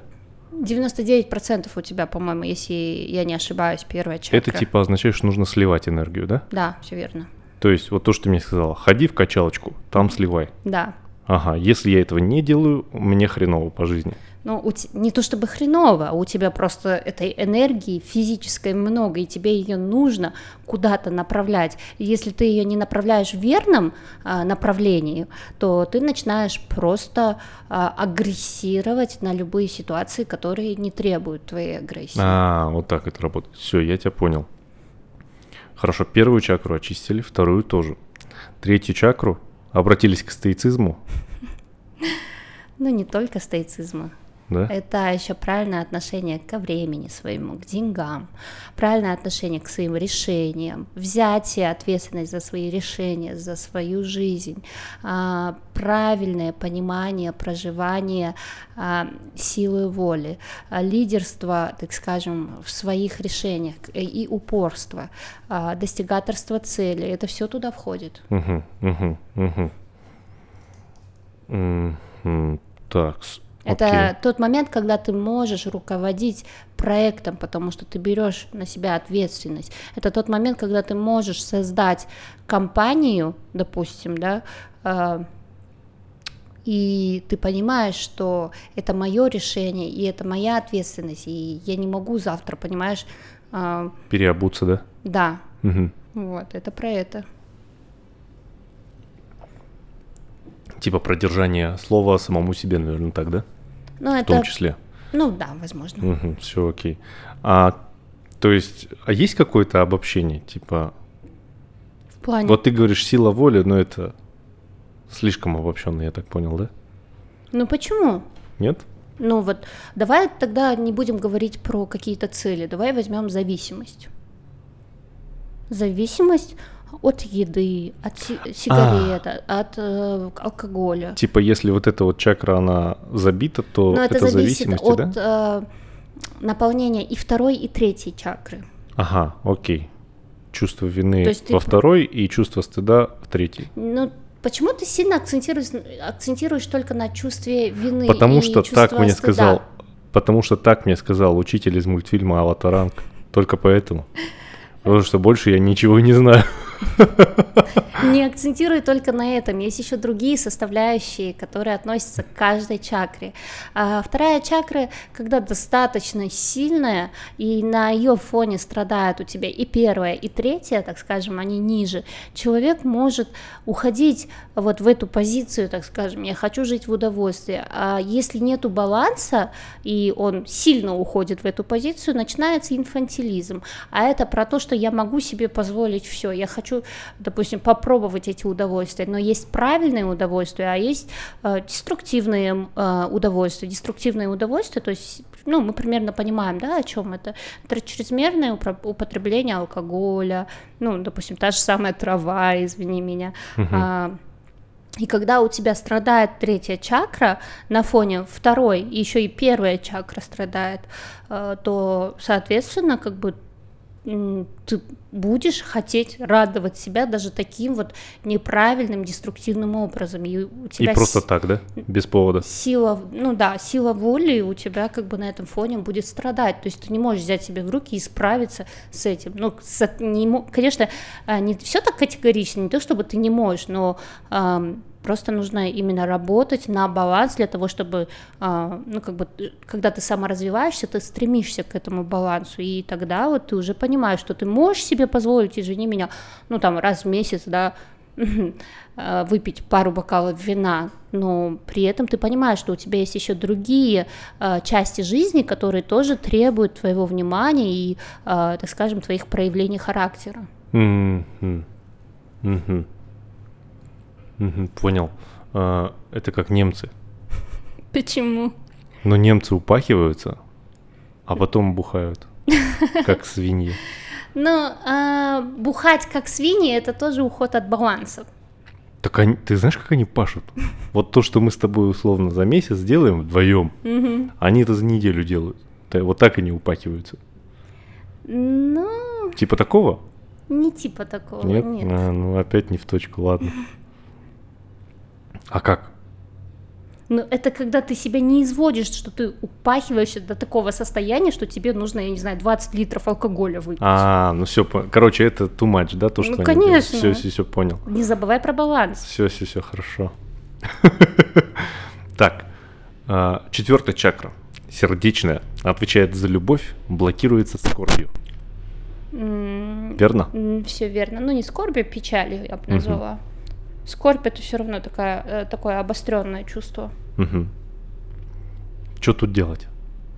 99% у тебя, по-моему, если я не ошибаюсь, первая чакра. Это, типа, означает, что нужно сливать энергию, да? Да, все верно. То есть, вот то, что ты мне сказала, ходи в качалочку, там сливай. Да. Ага, если я этого не делаю, мне хреново по жизни. Ну, не то чтобы хреново, а у тебя просто этой энергии физической много, и тебе ее нужно куда-то направлять. И если ты ее не направляешь в верном направлении, то ты начинаешь просто агрессировать на любые ситуации, которые не требуют твоей агрессии. Вот так это работает. Все, я тебя понял. Хорошо, первую чакру очистили, вторую тоже. Третью чакру обратились к стоицизму. Ну, не только стоицизма. Да? Это еще правильное отношение ко времени своему, к деньгам, правильное отношение к своим решениям, взятие ответственности за свои решения, за свою жизнь, правильное понимание проживания силы воли, лидерство, так скажем, в своих решениях и упорство, достигаторство цели. Это все туда входит. Так. Это тот момент, когда ты можешь руководить проектом, потому что ты берешь на себя ответственность. Это тот момент, когда ты можешь создать компанию, допустим, да, и ты понимаешь, что это мое решение, и это моя ответственность, и я не могу завтра, понимаешь... Переобуться, да? Да. Угу. Вот, это про это. Типа продержание слова самому себе, наверное, так, да? Ну, в том числе. Ну да, возможно. Угу, все окей. То есть, есть какое-то обобщение, типа... В плане... Вот ты говоришь сила воли, но это слишком обобщенно, я так понял, да? Ну почему? Нет? Ну вот, давай тогда не будем говорить про какие-то цели, давай возьмем зависимость. Зависимость от еды, от сигарет, от алкоголя. Типа, если вот эта вот чакра, она забита, то но это зависит зависимость, от да? Наполнения и второй, и третьей чакры. Ага, окей. Чувство вины есть во второй и чувство стыда в третьей. Ну, почему ты сильно акцентируешь только на чувстве вины Потому и что чувства так мне стыда? Потому что так мне сказал учитель из мультфильма «Аватаранг». Только поэтому. Потому что больше я ничего не знаю. Не акцентируй только на этом, есть еще другие составляющие, которые относятся к каждой чакре. Вторая чакра, когда достаточно сильная, и на ее фоне страдают у тебя и первая, и третья, так скажем, они ниже, человек может уходить вот в эту позицию, так скажем, я хочу жить в удовольствии, а если нету баланса, и он сильно уходит в эту позицию, начинается инфантилизм, а это про то, что я могу себе позволить все, я хочу, допустим, попробовать эти удовольствия, но есть правильные удовольствия, а есть деструктивные удовольствия. Деструктивные удовольствия, то есть, ну, мы примерно понимаем, да, о чем это. Это чрезмерное употребление алкоголя, ну, допустим, та же самая трава, извини меня. И когда у тебя страдает третья чакра на фоне второй, еще и первая чакра страдает, то, соответственно, как бы ты будешь хотеть радовать себя даже таким вот неправильным, деструктивным образом. И у тебя просто так, да? Без повода. Сила воли у тебя как бы на этом фоне будет страдать. То есть ты не можешь взять себя в руки и справиться с этим. Ну, конечно, не все так категорично, не то чтобы ты не можешь, но просто нужно именно работать на баланс для того, чтобы, ну, как бы, когда ты саморазвиваешься, ты стремишься к этому балансу, и тогда вот ты уже понимаешь, что ты можешь себе позволить, извини меня, ну, там, раз в месяц, да, выпить пару бокалов вина, но при этом ты понимаешь, что у тебя есть еще другие части жизни, которые тоже требуют твоего внимания и, так скажем, твоих проявлений характера. Понял. Это как немцы. Почему? Но немцы упахиваются, а потом бухают, как свиньи. Ну, бухать как свиньи – это тоже уход от баланса. Так ты знаешь, как они пашут? Вот то, что мы с тобой условно за месяц делаем вдвоем, они это за неделю делают. Вот так они упахиваются. Ну… Типа такого? Не типа такого, нет. Ну, опять не в точку, ладно. А как? Ну, это когда ты себя не изводишь, что ты упахиваешься до такого состояния, что тебе нужно, я не знаю, 20 литров алкоголя выпить. Ну все, короче, это too much, да, то, что они конечно. делают? Все, понял. Не забывай про баланс. Все, хорошо. Так, 4-я чакра, сердечная, отвечает за любовь, блокируется скорбью. Верно? Все верно. Ну, не скорбью, печалью я бы назвала. Скорбь — это все равно такое обостренное чувство. Что тут делать?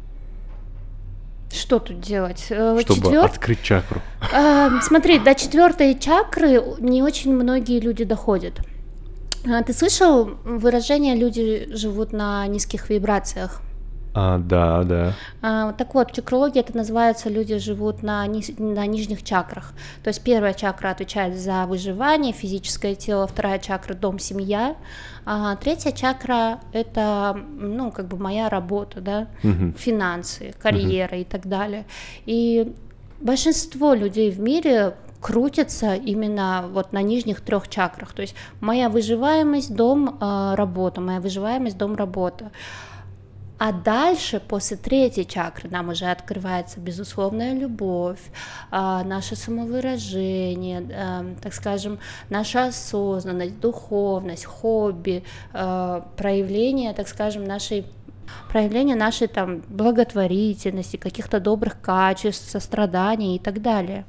Что тут делать? Чтобы открыть чакру. Смотри, до 4-й чакры не очень многие люди доходят. Ты слышал выражение «люди живут на низких вибрациях»? Да. Так вот, в чакрологии это называется «люди живут на нижних чакрах». То есть первая чакра отвечает за выживание, физическое тело, вторая чакра – дом, семья, третья чакра – это, ну, как бы моя работа, да, финансы, карьера и так далее. И большинство людей в мире крутятся именно вот на нижних 3 чакрах. То есть моя выживаемость – дом, работа, моя выживаемость – дом, работа. А дальше, после 3-й чакры, нам уже открывается безусловная любовь, наше самовыражение, так скажем, наша осознанность, духовность, хобби, проявление, так скажем, нашей там благотворительности, каких-то добрых качеств, сострадания и так далее.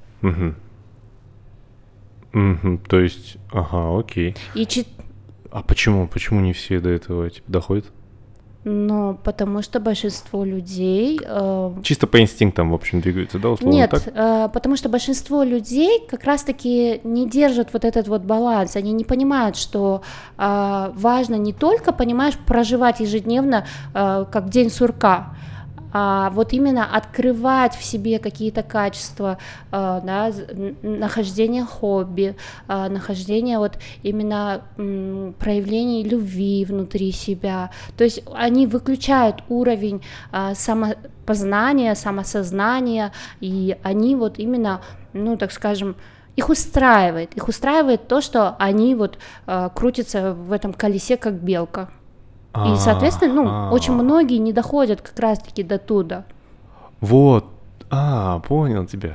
То есть, окей. А почему не все до этого доходят? Ну, потому что большинство людей… Чисто по инстинктам, в общем, двигаются, да, условно? Нет, так? Потому что большинство людей как раз-таки не держат вот этот вот баланс, они не понимают, что важно не только, понимаешь, проживать ежедневно как день сурка, а вот именно открывать в себе какие-то качества, да, нахождение хобби, нахождение вот именно проявлений любви внутри себя. То есть они выключают уровень самопознания, самосознания, и они вот именно, ну, так скажем, их устраивает то, что они вот крутятся в этом колесе как белка. И, соответственно, очень многие не доходят как раз-таки до туда. Вот, понял тебя.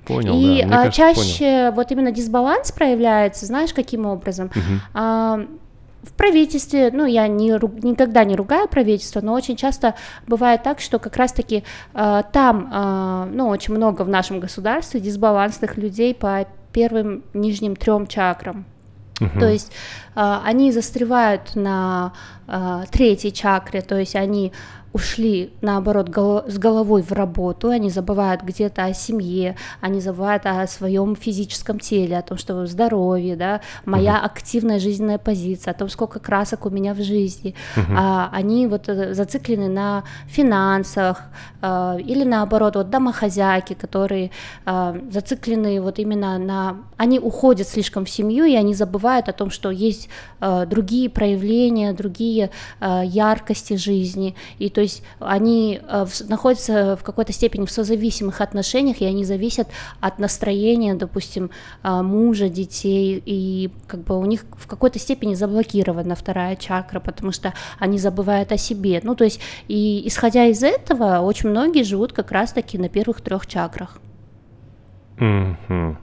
Понял, И да, мне кажется, чаще вот именно дисбаланс проявляется, знаешь, каким образом? В правительстве, ну, я никогда не ругаю правительство, но очень часто бывает так, что как раз-таки там, ну, очень много в нашем государстве дисбалансных людей по первым нижним 3 чакрам. То есть они застревают на 3 чакре, то есть они ушли, наоборот, с головой в работу, они забывают где-то о семье, они забывают о своем физическом теле, о том, что здоровье, да, моя активная жизненная позиция, о том, сколько красок у меня в жизни. Они вот зациклены на финансах или наоборот, вот домохозяйки, которые зациклены вот именно на... Они уходят слишком в семью, и они забывают о том, что есть другие проявления, другие яркости жизни, и то есть они находятся в какой-то степени в созависимых отношениях, и они зависят от настроения, допустим, мужа, детей, и как бы у них в какой-то степени заблокирована 2 чакра, потому что они забывают о себе. Ну, то есть, и исходя из этого, очень многие живут как раз-таки на первых 3 чакрах. Блин,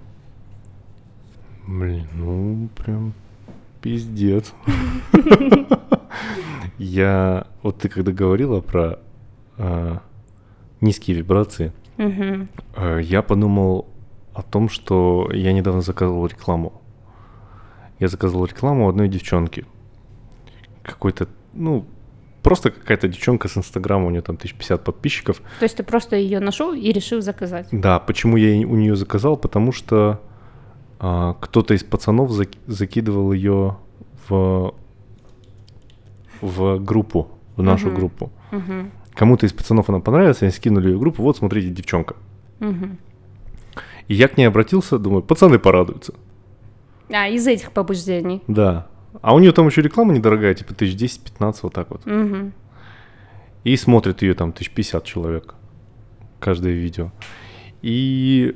ну прям пиздец. Вот ты когда говорила про низкие вибрации, я подумал о том, что я недавно заказывал рекламу. Я заказывал рекламу одной девчонки. Какой-то, ну, просто какая-то девчонка с Инстаграма, у нее там 1050 подписчиков. То есть ты просто ее нашел и решил заказать? Да, почему я у нее заказал? Потому что кто-то из пацанов закидывал ее в группу, в нашу группу. Кому-то из пацанов она понравилась, они скинули ее в группу, вот, смотрите, девчонка. И я к ней обратился, думаю, пацаны порадуются. Из этих побуждений. Да. А у нее там еще реклама недорогая, типа 1010-15, вот так вот. И смотрит ее там 1050 человек, каждое видео. И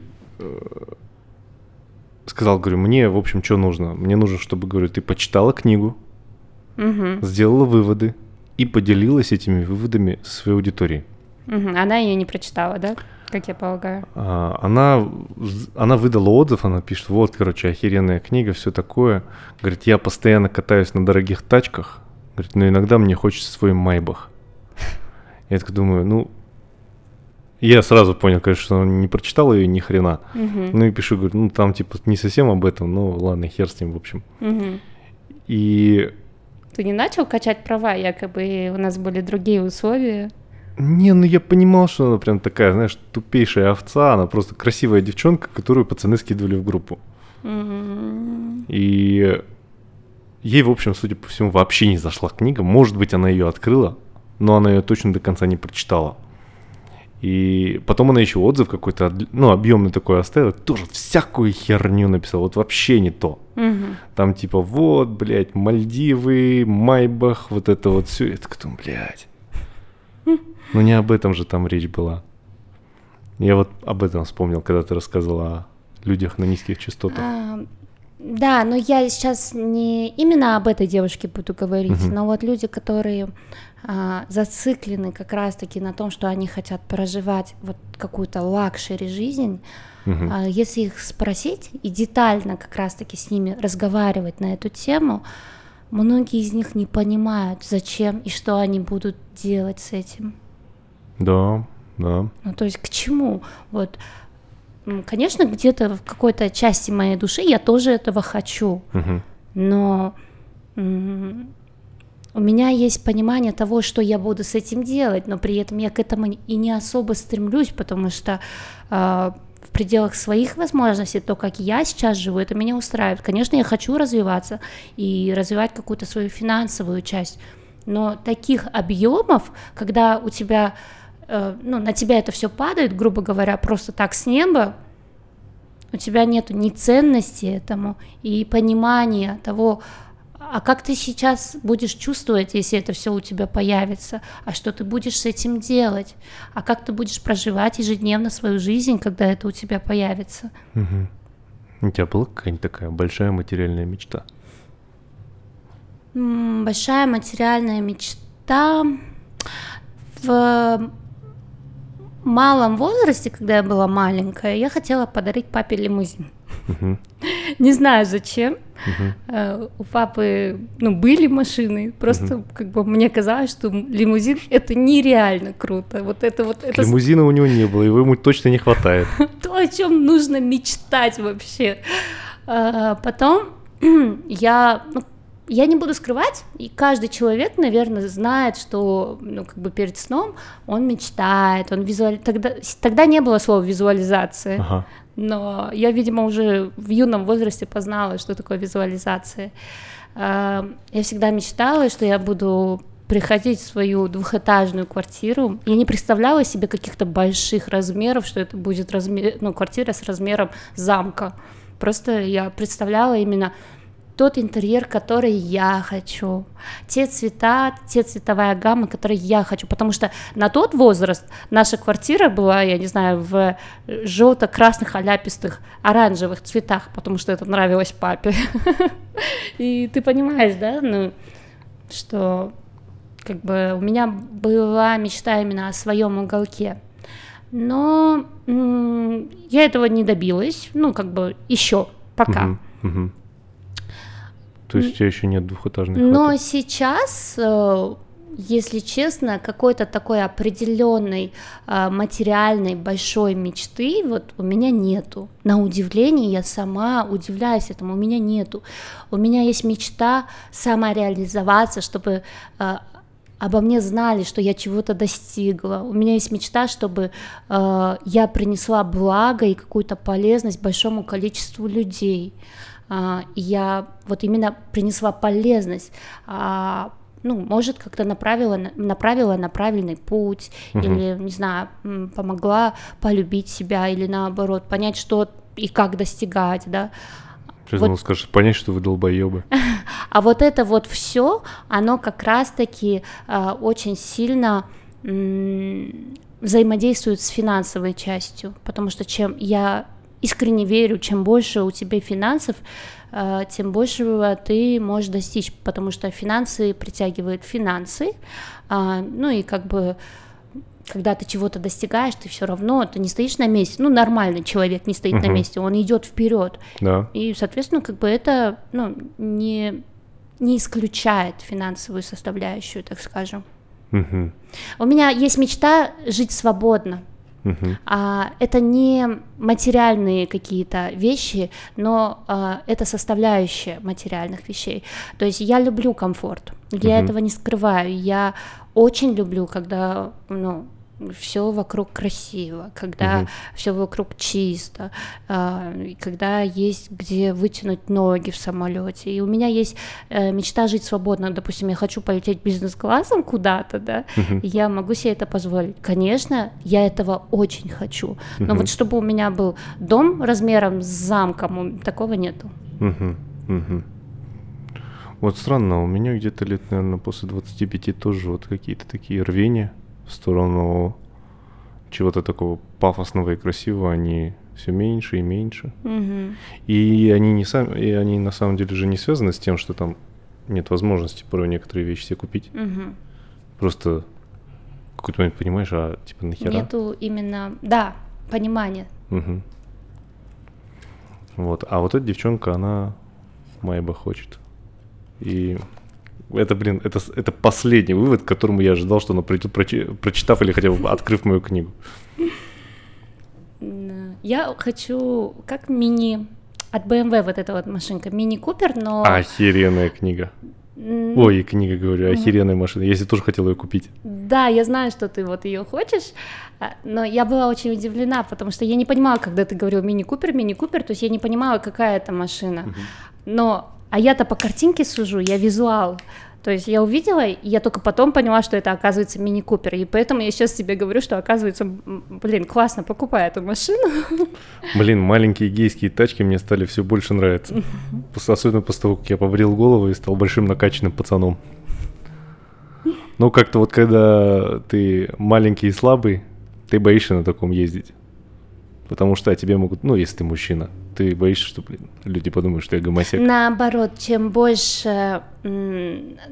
сказал, говорю, мне, в общем, что нужно? Мне нужно, чтобы, говорю, ты почитала книгу, сделала выводы и поделилась этими выводами со своей аудиторией. Она ее не прочитала, да? Как я полагаю. Она выдала отзыв, она пишет, вот, короче, охеренная книга, все такое. Говорит, я постоянно катаюсь на дорогих тачках, говорит, но иногда мне хочется свой майбах. Я так думаю, ну, я сразу понял, конечно, что она не прочитала ее ни хрена. Ну и пишу, говорю, ну там типа не совсем об этом, ну ладно, хер с ним, в общем. И... Ты не начал качать права, якобы у нас были другие условия? Не, ну я понимал, что она прям такая, знаешь, тупейшая овца, она просто красивая девчонка, которую пацаны скидывали в группу. И ей, в общем, судя по всему, вообще не зашла книга. Может быть, она ее открыла, но она ее точно до конца не прочитала. И потом она еще отзыв какой-то, ну, объемный такой оставила, тоже всякую херню написала, вот вообще не то. Там типа, вот, блядь, Мальдивы, Майбах, вот это вот все. Я так думаю, блядь. Ну не об этом же там речь была. Я вот об этом вспомнил, когда ты рассказывала о людях на низких частотах. Да, но я сейчас не именно об этой девушке буду говорить, но вот люди, которые зациклены как раз-таки на том, что они хотят проживать вот какую-то лакшери жизнь, если их спросить и детально как раз-таки с ними разговаривать на эту тему, многие из них не понимают, зачем и что они будут делать с этим. Да, да. Ну, то есть к чему? Вот, конечно, где-то в какой-то части моей души я тоже этого хочу, но у меня есть понимание того, что я буду с этим делать, но при этом я к этому и не особо стремлюсь, потому что в пределах своих возможностей, то, как я сейчас живу, это меня устраивает. Конечно, я хочу развиваться и развивать какую-то свою финансовую часть, но таких объемов, когда у тебя, ну, на тебя это все падает, грубо говоря, просто так с неба, у тебя нету ни ценности этому и понимания того, а как ты сейчас будешь чувствовать, если это все у тебя появится, а что ты будешь с этим делать, а как ты будешь проживать ежедневно свою жизнь, когда это у тебя появится. У тебя была какая-нибудь такая большая материальная мечта? Большая материальная мечта. В малом возрасте, когда я была маленькая, я хотела подарить папе лимузин. Мгм. Не знаю зачем. Мгм. У папы, были машины, просто как бы мне казалось, что лимузин это нереально круто. Вот это Лимузина у него не было, его ему точно не хватает. то, о чем нужно мечтать вообще. Потом я не буду скрывать, и каждый человек, наверное, знает, что, как бы перед сном он мечтает, тогда не было слова визуализация, Ага. но я, видимо, уже в юном возрасте познала, что такое визуализация. Я всегда мечтала, что я буду приходить в свою двухэтажную квартиру. Я не представляла себе каких-то больших размеров, что это будет квартира с размером замка. Просто я представляла именно тот интерьер, который я хочу, те цвета, те цветовая гамма, которые я хочу, потому что на тот возраст наша квартира была, я не знаю, в желто-красных, аляпистых, оранжевых цветах, потому что это нравилось папе. И ты понимаешь, да, что как бы у меня была мечта именно о своем уголке. Но я этого не добилась, еще пока. Мгм. То есть у тебя еще нет двухэтажной Но хаты? сейчас, если честно, какой-то такой определенной материальной большой мечты вот у меня нету. На удивление я сама удивляюсь этому, у меня нету. У меня есть мечта самореализоваться, чтобы обо мне знали, что я чего-то достигла. У меня есть мечта, чтобы я принесла благо и какую-то полезность большому количеству людей. Я вот именно принесла полезность, может, как-то направила на правильный путь, или, не знаю, помогла полюбить себя, или наоборот, понять, что и как достигать, да. Сейчас он скажет, понять, что вы долбоебы. А вот это вот все, оно как раз-таки очень сильно взаимодействует с финансовой частью, потому что я искренне верю, чем больше у тебя финансов, тем большего ты можешь достичь, потому что финансы притягивают финансы, и как бы когда ты чего-то достигаешь, ты все равно, ты не стоишь на месте, нормальный человек не стоит на месте, он идет вперед, да. И, соответственно, как бы это, не исключает финансовую составляющую, так скажем. Угу. У меня есть мечта жить свободно. Это не материальные какие-то вещи, но это составляющая материальных вещей. То есть я люблю комфорт, я этого не скрываю. Я очень люблю, когда все вокруг красиво, когда все вокруг чисто, когда есть где вытянуть ноги в самолете. И у меня есть мечта жить свободно. Допустим, я хочу полететь бизнес-классом куда-то, да, и я могу себе это позволить. Конечно, я этого очень хочу. Но вот чтобы у меня был дом размером с замком, такого нету. Вот странно, у меня где-то лет, наверное, после 25 тоже вот какие-то такие рвения в сторону чего-то такого пафосного и красивого, они все меньше и меньше. И они на самом деле же не связаны с тем, что там нет возможности порой некоторые вещи себе купить. Просто в какой-то момент понимаешь, нахера? Нету именно, понимания. Вот, а вот эта девчонка, она Майба хочет. И это последний вывод, к которому я ожидал, что она придет, прочитав или хотя бы открыв мою книгу. Я хочу, как от BMW вот эта вот машинка, мини-купер, но... Охеренная книга. Ой, книга, говорю, охеренная машина. Я себе тоже хотела ее купить. Да, я знаю, что ты вот ее хочешь, но я была очень удивлена, потому что я не понимала, когда ты говорил мини-купер, то есть я не понимала, какая это машина. А я-то по картинке сужу, я визуал. То есть я увидела, и я только потом поняла, что это, оказывается, мини-купер. И поэтому я сейчас тебе говорю, что, оказывается, классно, покупай эту машину. Маленькие гейские тачки мне стали все больше нравиться. Особенно после того, как я побрил голову и стал большим накачанным пацаном. Как-то вот когда ты маленький и слабый, ты боишься на таком ездить. Потому что тебе могут, если ты мужчина, ты боишься, что, люди подумают, что я гомосек. Наоборот, чем больше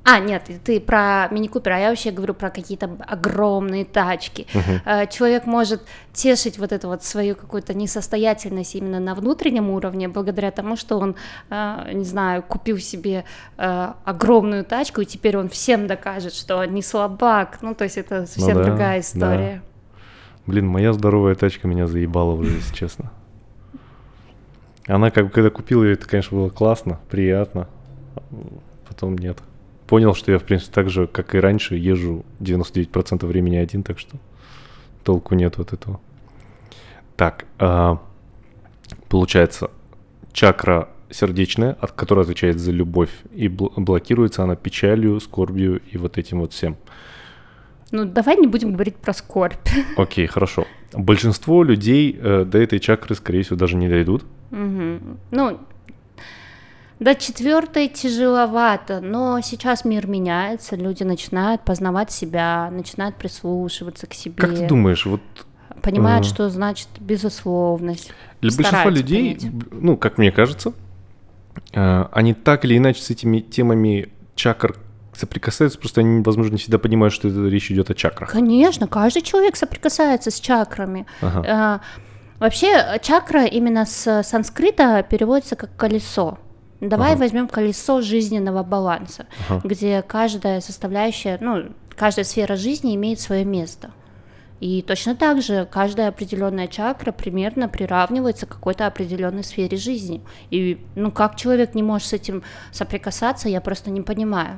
Нет, ты про мини-купер, а я вообще говорю про какие-то огромные тачки. Человек может тешить вот эту вот свою какую-то несостоятельность именно на внутреннем уровне, благодаря тому, что он, не знаю, купил себе огромную тачку, и теперь он всем докажет, что он не слабак. Ну, то есть это совсем другая история. Да. Блин, моя здоровая тачка меня заебала уже, если честно. Она, когда купил ее, это, конечно, было классно, приятно. Потом нет. Понял, что я, в принципе, так же, как и раньше, езжу 99% времени один, так что толку нет от этого. Так, получается, чакра сердечная, которая отвечает за любовь, и блокируется она печалью, скорбью и вот этим вот всем. Ну, давай не будем говорить про скорбь. Окей, хорошо. Большинство людей до этой чакры, скорее всего, даже не дойдут. Ну, до 4 тяжеловато, но сейчас мир меняется, люди начинают познавать себя, начинают прислушиваться к себе. Как ты думаешь, вот... Понимают, что значит безусловность. Для большинства людей, ну, как мне кажется, они так или иначе с этими темами чакр соприкасаются, просто они, возможно, не всегда понимают, что речь идет о чакрах. Конечно, каждый человек соприкасается с чакрами. Вообще, чакра именно с санскрита переводится как колесо. Давай возьмем колесо жизненного баланса, где каждая составляющая, ну, каждая сфера жизни имеет свое место. И точно так же каждая определенная чакра примерно приравнивается к какой-то определенной сфере жизни. И, ну, как человек не может с этим соприкасаться, я просто не понимаю.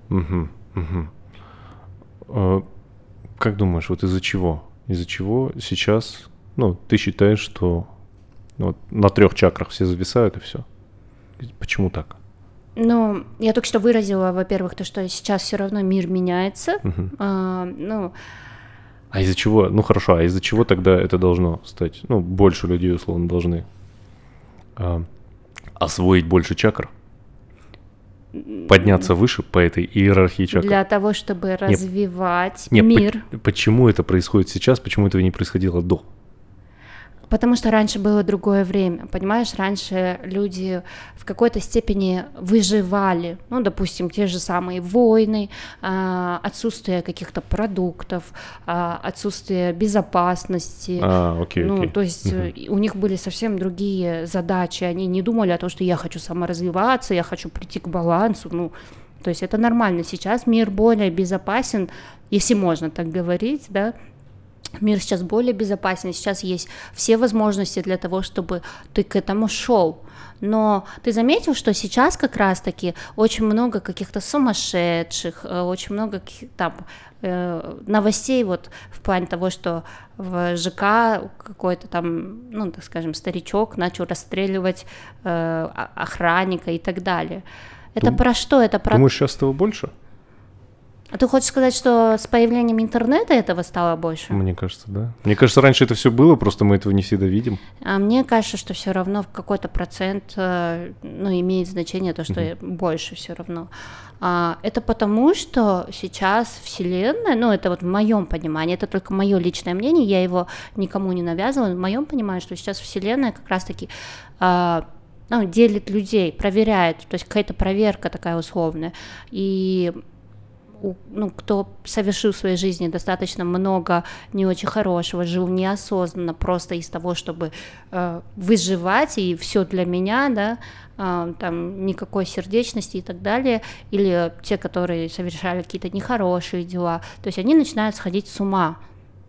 Как думаешь, вот из-за чего? Из-за чего сейчас, ну, ты считаешь, что вот на 3 чакрах все зависают и все? Почему так? Ну, я только что выразила, во-первых, то, что сейчас все равно мир меняется. А из-за чего? Ну хорошо, а из-за чего тогда это должно стать? Ну, больше людей, условно, должны освоить больше чакр? Подняться выше по этой иерархии чакр? Для того, чтобы развивать мир. Почему это происходит сейчас? Почему этого не происходило до? Потому что раньше было другое время, понимаешь, раньше люди в какой-то степени выживали, ну, допустим, те же самые войны, отсутствие каких-то продуктов, отсутствие безопасности, окей. То есть у них были совсем другие задачи, они не думали о том, что я хочу саморазвиваться, я хочу прийти к балансу, ну, то есть это нормально, сейчас мир более безопасен, если можно так говорить, да. Мир сейчас более безопасен, сейчас есть все возможности для того, чтобы ты к этому шел. Но ты заметил, что сейчас как раз-таки очень много каких-то сумасшедших, очень много там новостей вот в плане того, что в ЖК какой-то там, ну, так скажем, старичок начал расстреливать охранника и так далее. Это про что? Это про... Думаешь, сейчас этого больше? А ты хочешь сказать, что с появлением интернета этого стало больше? Мне кажется, да. Мне кажется, раньше это все было, просто мы этого не всегда видим. А мне кажется, что все равно в какой-то процент, ну, имеет значение то, что больше все равно. Это потому, что сейчас Вселенная, ну, это вот в моем понимании, это только мое личное мнение, я его никому не навязываю, в моем понимании, что сейчас Вселенная как раз-таки делит людей, проверяет, то есть какая-то проверка такая условная, и кто совершил в своей жизни достаточно много не очень хорошего, жил неосознанно, просто из того, чтобы выживать, и все для меня, да, там никакой сердечности и так далее, или те, которые совершали какие-то нехорошие дела, то есть они начинают сходить с ума.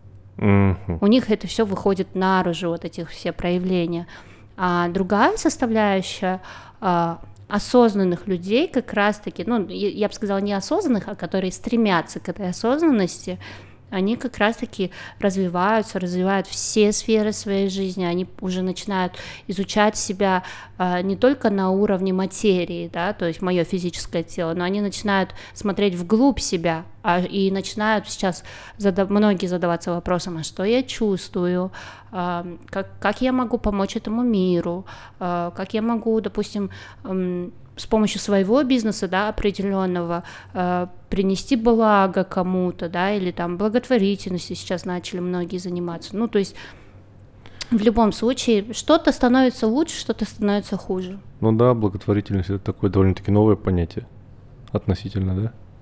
У них это все выходит наружу, вот эти все проявления. А другая составляющая осознанных людей как раз-таки, ну, я бы сказала, неосознанных, а которые стремятся к этой осознанности, они как раз-таки развивают все сферы своей жизни, они уже начинают изучать себя не только на уровне материи, да, то есть мое физическое тело, но они начинают смотреть вглубь себя, и начинают сейчас многие задаваться вопросом, а что я чувствую, как я могу помочь этому миру, как я могу, допустим, с помощью своего бизнеса, да, определенного, принести благо кому-то, да, или там благотворительностью сейчас начали многие заниматься. Ну, то есть в любом случае что-то становится лучше, что-то становится хуже. Ну да, благотворительность — это такое довольно-таки новое понятие относительно, да?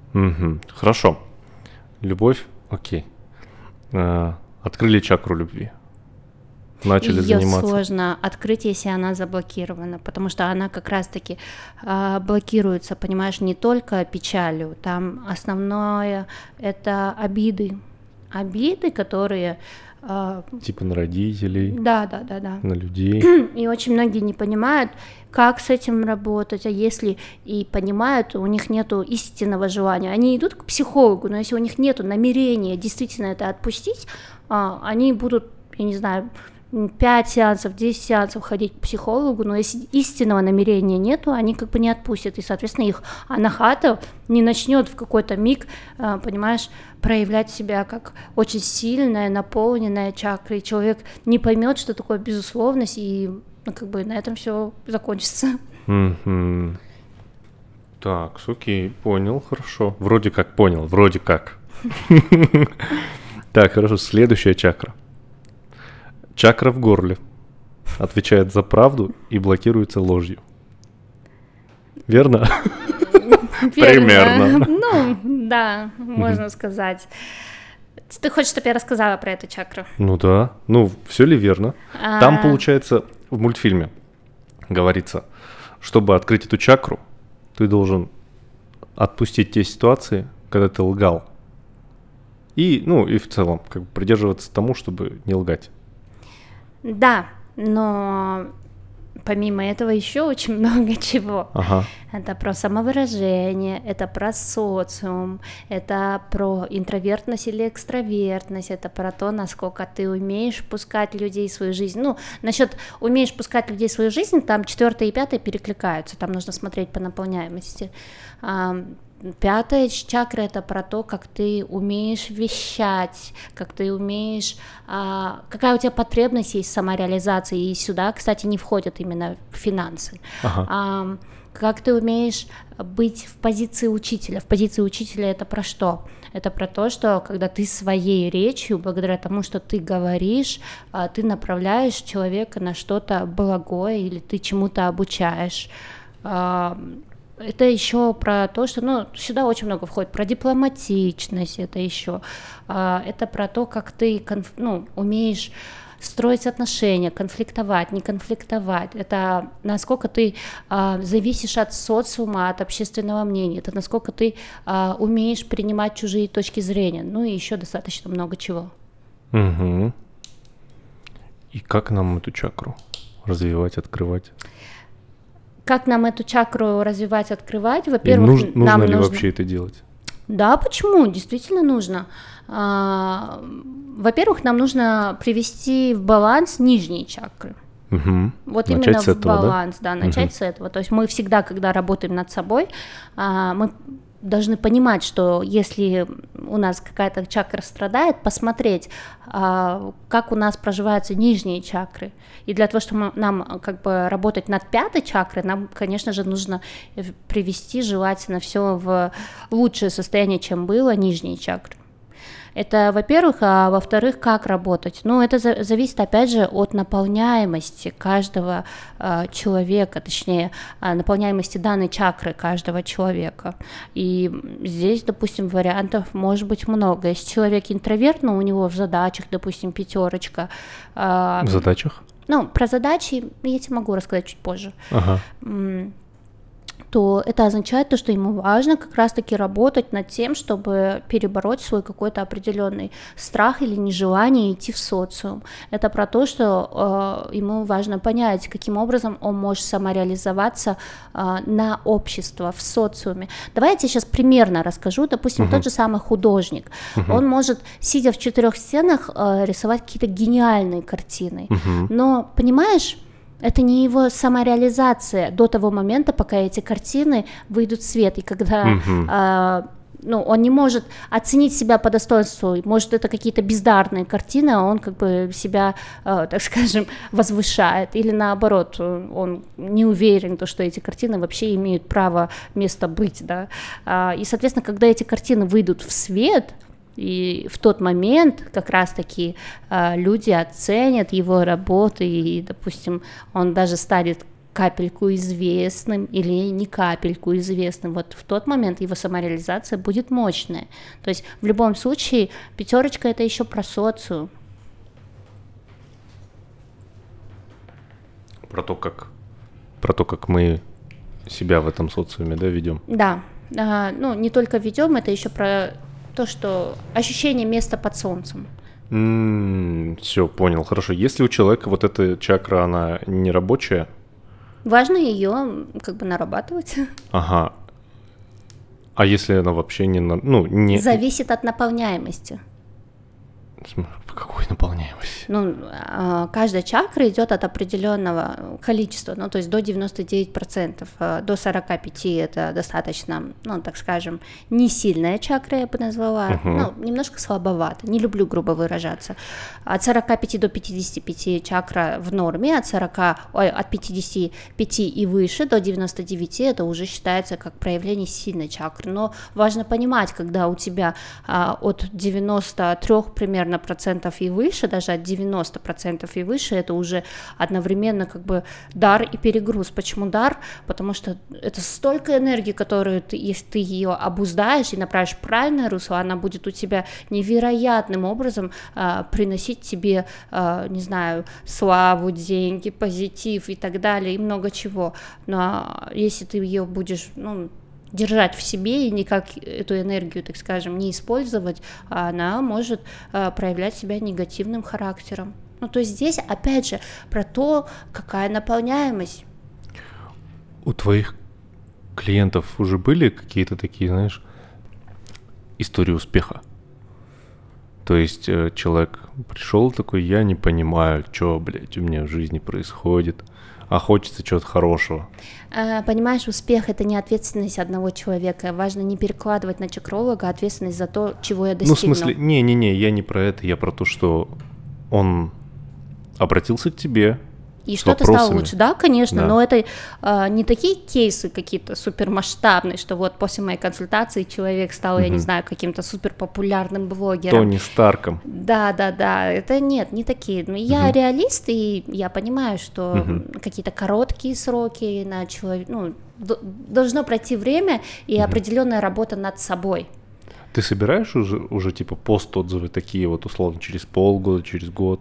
Мгм. Хорошо. Любовь, окей. Открыли чакру любви. Начали Ее заниматься. сложно открыть, если она заблокирована, потому что она как раз-таки блокируется, понимаешь, не только печалью, там основное это обиды, которые Типа на родителей, да. на людей. И очень многие не понимают, как с этим работать, а если и понимают, у них нету истинного желания. Они идут к психологу, но если у них нету намерения действительно это отпустить, они будут, я не знаю, 5 сеансов, 10 сеансов ходить к психологу, но если истинного намерения нету, они как бы не отпустят, и, соответственно, их анахата не начнет в какой-то миг, понимаешь, проявлять себя как очень сильная, наполненная чакра, и человек не поймет, что такое безусловность, и как бы на этом все закончится. Мгм. Так, окей, понял, хорошо. Вроде как понял, вроде как. Так, хорошо, следующая чакра. Чакра в горле. Отвечает за правду и блокируется ложью. Верно? Примерно. Ну, да, можно сказать. Ты хочешь, чтобы я рассказала про эту чакру? Ну да. Ну, все ли верно? Там, получается, в мультфильме говорится, чтобы открыть эту чакру, ты должен отпустить те ситуации, когда ты лгал. И, ну, и в целом, как бы придерживаться тому, чтобы не лгать. Да, но помимо этого еще очень много чего. Ага. Это про самовыражение, это про социум, это про интровертность или экстравертность, это про то, насколько ты умеешь пускать людей в свою жизнь. Ну, насчет умеешь пускать людей в свою жизнь, там 4 и 5 перекликаются, там нужно смотреть по наполняемости. 5 чакра — это про то, как ты умеешь вещать, как ты умеешь, какая у тебя потребность есть в самореализации, и сюда, кстати, не входят именно финансы. Ага. Как ты умеешь быть в позиции учителя. В позиции учителя это про что? Это про то, что когда ты своей речью, благодаря тому, что ты говоришь, ты направляешь человека на что-то благое или ты чему-то обучаешь. Это еще про то, что, ну, сюда очень много входит, про дипломатичность, это еще, это про то, как ты, умеешь строить отношения, конфликтовать, не конфликтовать, это насколько ты зависишь от социума, от общественного мнения, это насколько ты умеешь принимать чужие точки зрения, ну и еще достаточно много чего. Угу. И как нам эту чакру развивать, открывать? Как нам эту чакру развивать, открывать? Во-первых, нужно ли вообще это делать? Да, почему? Действительно нужно. Во-первых, нам нужно привести в баланс нижние чакры. Угу. Вот начать именно с этого, в баланс, да, начать с этого. То есть мы всегда, когда работаем над собой, мы должны понимать, что если у нас какая-то чакра страдает, посмотреть, как у нас проживаются нижние чакры. И для того, чтобы нам как бы работать над 5 чакрой, нам, конечно же, нужно привести желательно все в лучшее состояние, чем было, нижние чакры. Это, во-первых, а во-вторых, как работать? Ну, это зависит, опять же, от наполняемости каждого человека, точнее, наполняемости данной чакры каждого человека. И здесь, допустим, вариантов может быть много. Если человек интроверт, но у него в задачах, допустим, 5. В задачах? Ну, про задачи я тебе могу рассказать чуть позже. Ага. То это означает то, что ему важно как раз-таки работать над тем, чтобы перебороть свой какой-то определенный страх или нежелание идти в социум. Это про то, что ему важно понять, каким образом он может самореализоваться на общество, в социуме. Давай я тебе сейчас примерно расскажу. Допустим, тот же самый художник. Он может, сидя в 4 стенах, рисовать какие-то гениальные картины. Но, понимаешь, это не его самореализация до того момента, пока эти картины выйдут в свет, и когда он не может оценить себя по достоинству, может, это какие-то бездарные картины, а он как бы себя, так скажем, возвышает, или наоборот, он не уверен, что эти картины вообще имеют право место быть, да, и, соответственно, когда эти картины выйдут в свет, и в тот момент как раз-таки люди оценят его работы, и, допустим, он даже станет капельку известным или ни капельку известным, вот в тот момент его самореализация будет мощная. То есть в любом случае 5 это еще про социум. Про то, как мы себя в этом социуме, да, ведем. Да, ну не только ведем, это еще про то, что ощущение места под солнцем. Все, понял, хорошо. Если у человека вот эта чакра, она не рабочая? Важно ее как бы нарабатывать. Ага. А если она вообще не... Зависит от наполняемости. Какой наполняемости? Ну, каждая чакра идет от определенного количества, ну, то есть до 99%, до 45% это достаточно, ну, так скажем, не сильная чакра, я бы назвала, ну, немножко слабовато, не люблю грубо выражаться. От 45 до 55 чакра в норме, от 55 и выше до 99 это уже считается как проявление сильной чакры, но важно понимать, когда у тебя от 93 примерно процентов и выше, даже от 90% и выше, это уже одновременно как бы дар и перегруз. Почему дар? Потому что это столько энергии, которую если ты ее обуздаешь и направишь в правильное русло, она будет у тебя невероятным образом приносить тебе, не знаю, славу, деньги, позитив и так далее, и много чего. Но если ты ее будешь, держать в себе и никак эту энергию, так скажем, не использовать, она может проявлять себя негативным характером. Ну, то есть здесь, опять же, про то, какая наполняемость. У твоих клиентов уже были какие-то такие, знаешь, истории успеха? То есть человек пришел такой, я не понимаю, что, блядь, у меня в жизни происходит, а хочется чего-то хорошего. Понимаешь, успех — это не ответственность одного человека. Важно не перекладывать на чакролога ответственность за то, чего я достигну. Ну, в смысле, не, я не про это, я про то, что он обратился к тебе и с что-то вопросами. стало лучше. Да, конечно, Да. но это не такие кейсы какие-то супермасштабные, что вот после моей консультации человек стал, я не знаю, каким-то суперпопулярным блогером. Тони Старком. Да, это нет, не такие. Но я реалист, и я понимаю, что какие-то короткие сроки на человека, должно пройти время и определенная работа над собой. Ты собираешь уже типа пост-отзывы такие вот условно через полгода, через год?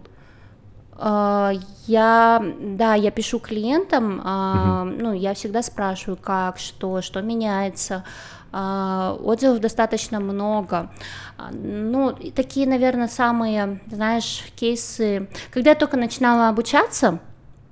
Я пишу клиентам, я всегда спрашиваю, как, что меняется. Отзывов достаточно много. Такие, наверное, самые, знаешь, кейсы. Когда я только начинала обучаться,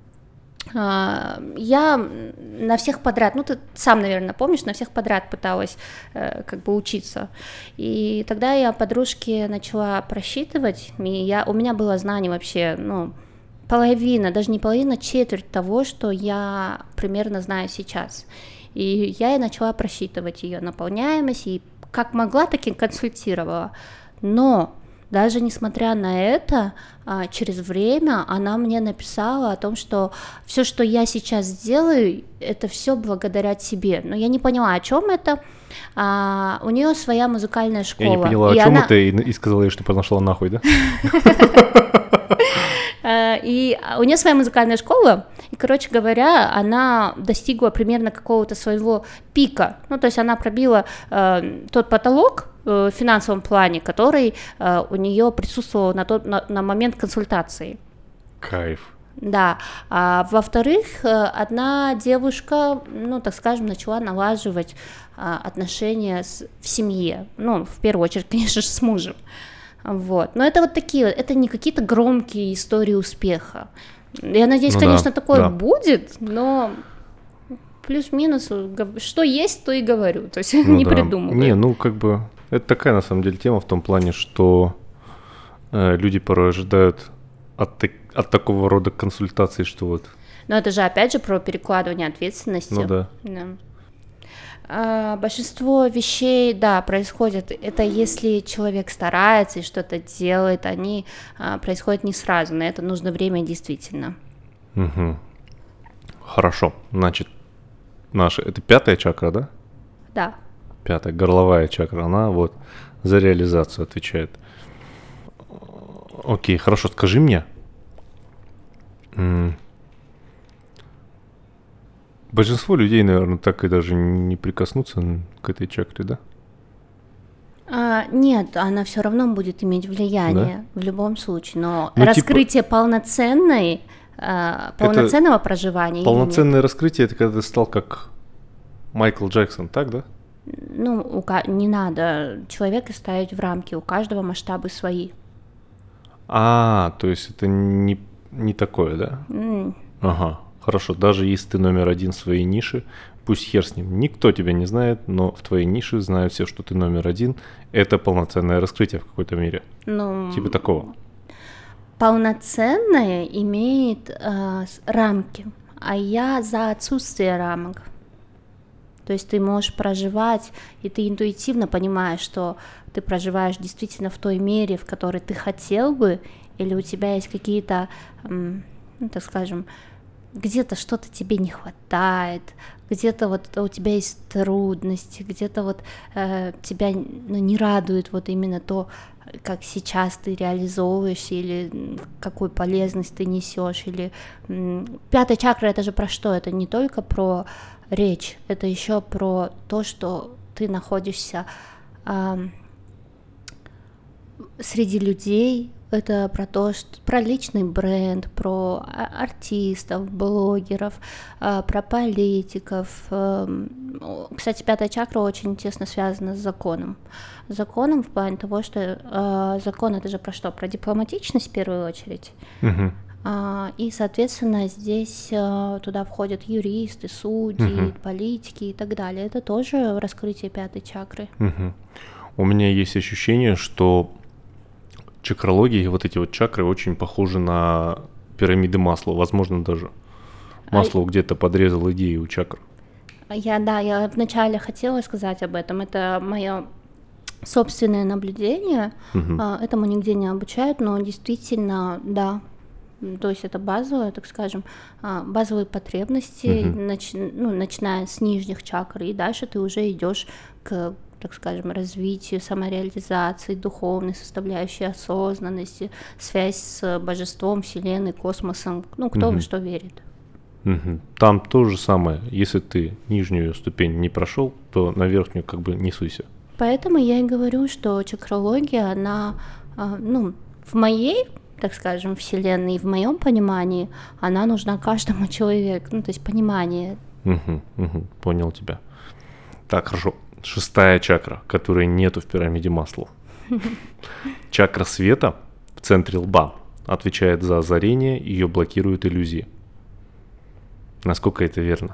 я на всех подряд, ты сам, наверное, помнишь, на всех подряд пыталась как бы учиться. И тогда я подружке начала просчитывать, и у меня было знание вообще, половина, даже не половина, четверть того, что я примерно знаю сейчас. И я и начала просчитывать ее наполняемость, и как могла, так и консультировала. Но даже несмотря на это, через время она мне написала о том, что все, что я сейчас делаю, это все благодаря тебе. Но я не поняла, о чем это. У нее своя музыкальная школа. Я не поняла, о чем это, и сказала ей, что пошла нахуй, да? И у нее своя музыкальная школа, и, короче говоря, она достигла примерно какого-то своего пика. То есть она пробила тот потолок в финансовом плане, который у нее присутствовал на момент консультации. Кайф. Да, во-вторых, одна девушка, так скажем, начала налаживать отношения в семье, в первую очередь, конечно же, с мужем. Вот. Но это вот такие, это не какие-то громкие истории успеха. Я надеюсь, конечно, такое будет, но плюс-минус, что есть, то и говорю, то есть не придумываю. Это такая, на самом деле, тема в том плане, что люди порой ожидают от такого рода консультаций, что вот... Но это же, опять же, про перекладывание ответственности. Да. Большинство вещей, происходит, это если человек старается и что-то делает, они происходят не сразу, на это нужно время действительно. Угу. Хорошо, значит, это 5-я чакра, да? Да. 5-я, горловая чакра, она вот за реализацию отвечает. Окей, хорошо, скажи мне, Большинство людей, наверное, так и даже не прикоснутся к этой чакре, да? Нет, она все равно будет иметь влияние Да? в любом случае, но Ну, типа, раскрытие полноценного проживания или нет? полноценное раскрытие, это когда ты стал как Майкл Джексон, так, да? Ну, не надо человека ставить в рамки, у каждого масштабы свои. То есть это не такое, да? Ага, хорошо. Даже если ты номер один в своей нише, пусть хер с ним, никто тебя не знает, но в твоей нише знают все, что ты номер один. Это полноценное раскрытие в какой-то мере. Ну, Типа такого. полноценное имеет рамки, а я за отсутствие рамок. То есть ты можешь проживать, и ты интуитивно понимаешь, что ты проживаешь действительно в той мере, в которой ты хотел бы, или у тебя есть какие-то, так скажем, где-то что-то тебе не хватает, где-то вот у тебя есть трудности, где-то вот тебя не радует вот именно то, как сейчас ты реализовываешься, или какую полезность ты несешь, или пятая чакра — это же про что? Это не только про речь, это еще про то, что ты находишься среди людей. Это про то, что про личный бренд, про артистов, блогеров, про политиков. Кстати, пятая чакра очень тесно связана с законом. Законом в плане того, что закон — это же про что? Про дипломатичность в первую очередь. И, соответственно, здесь туда входят юристы, судьи, политики и так далее. Это тоже раскрытие пятой чакры. У меня есть ощущение, что чакрология и вот эти вот чакры очень похожи на пирамиды Маслоу. Возможно, даже Маслоу где-то подрезал идею у чакр. Я вначале хотела сказать об этом. Это мое собственное наблюдение. Этому нигде не обучают, но действительно, да. То есть это базовые, так скажем, базовые потребности, начиная с нижних чакр, и дальше ты уже идешь к, так скажем, развитию, самореализации, духовной составляющей, осознанности, связь с божеством, вселенной, космосом, кто во что верит. Там то же самое. Если ты нижнюю ступень не прошел, то на верхнюю как бы не суйся. Поэтому я и говорю, что чакрология, она, в моей, так скажем, вселенной, в моем понимании, она нужна каждому человеку, то есть понимание. Понял тебя. Так, хорошо. 6-я чакра, которой нету в пирамиде Маслоу. Чакра света в центре лба отвечает за озарение, ее блокируют иллюзии. Насколько это верно?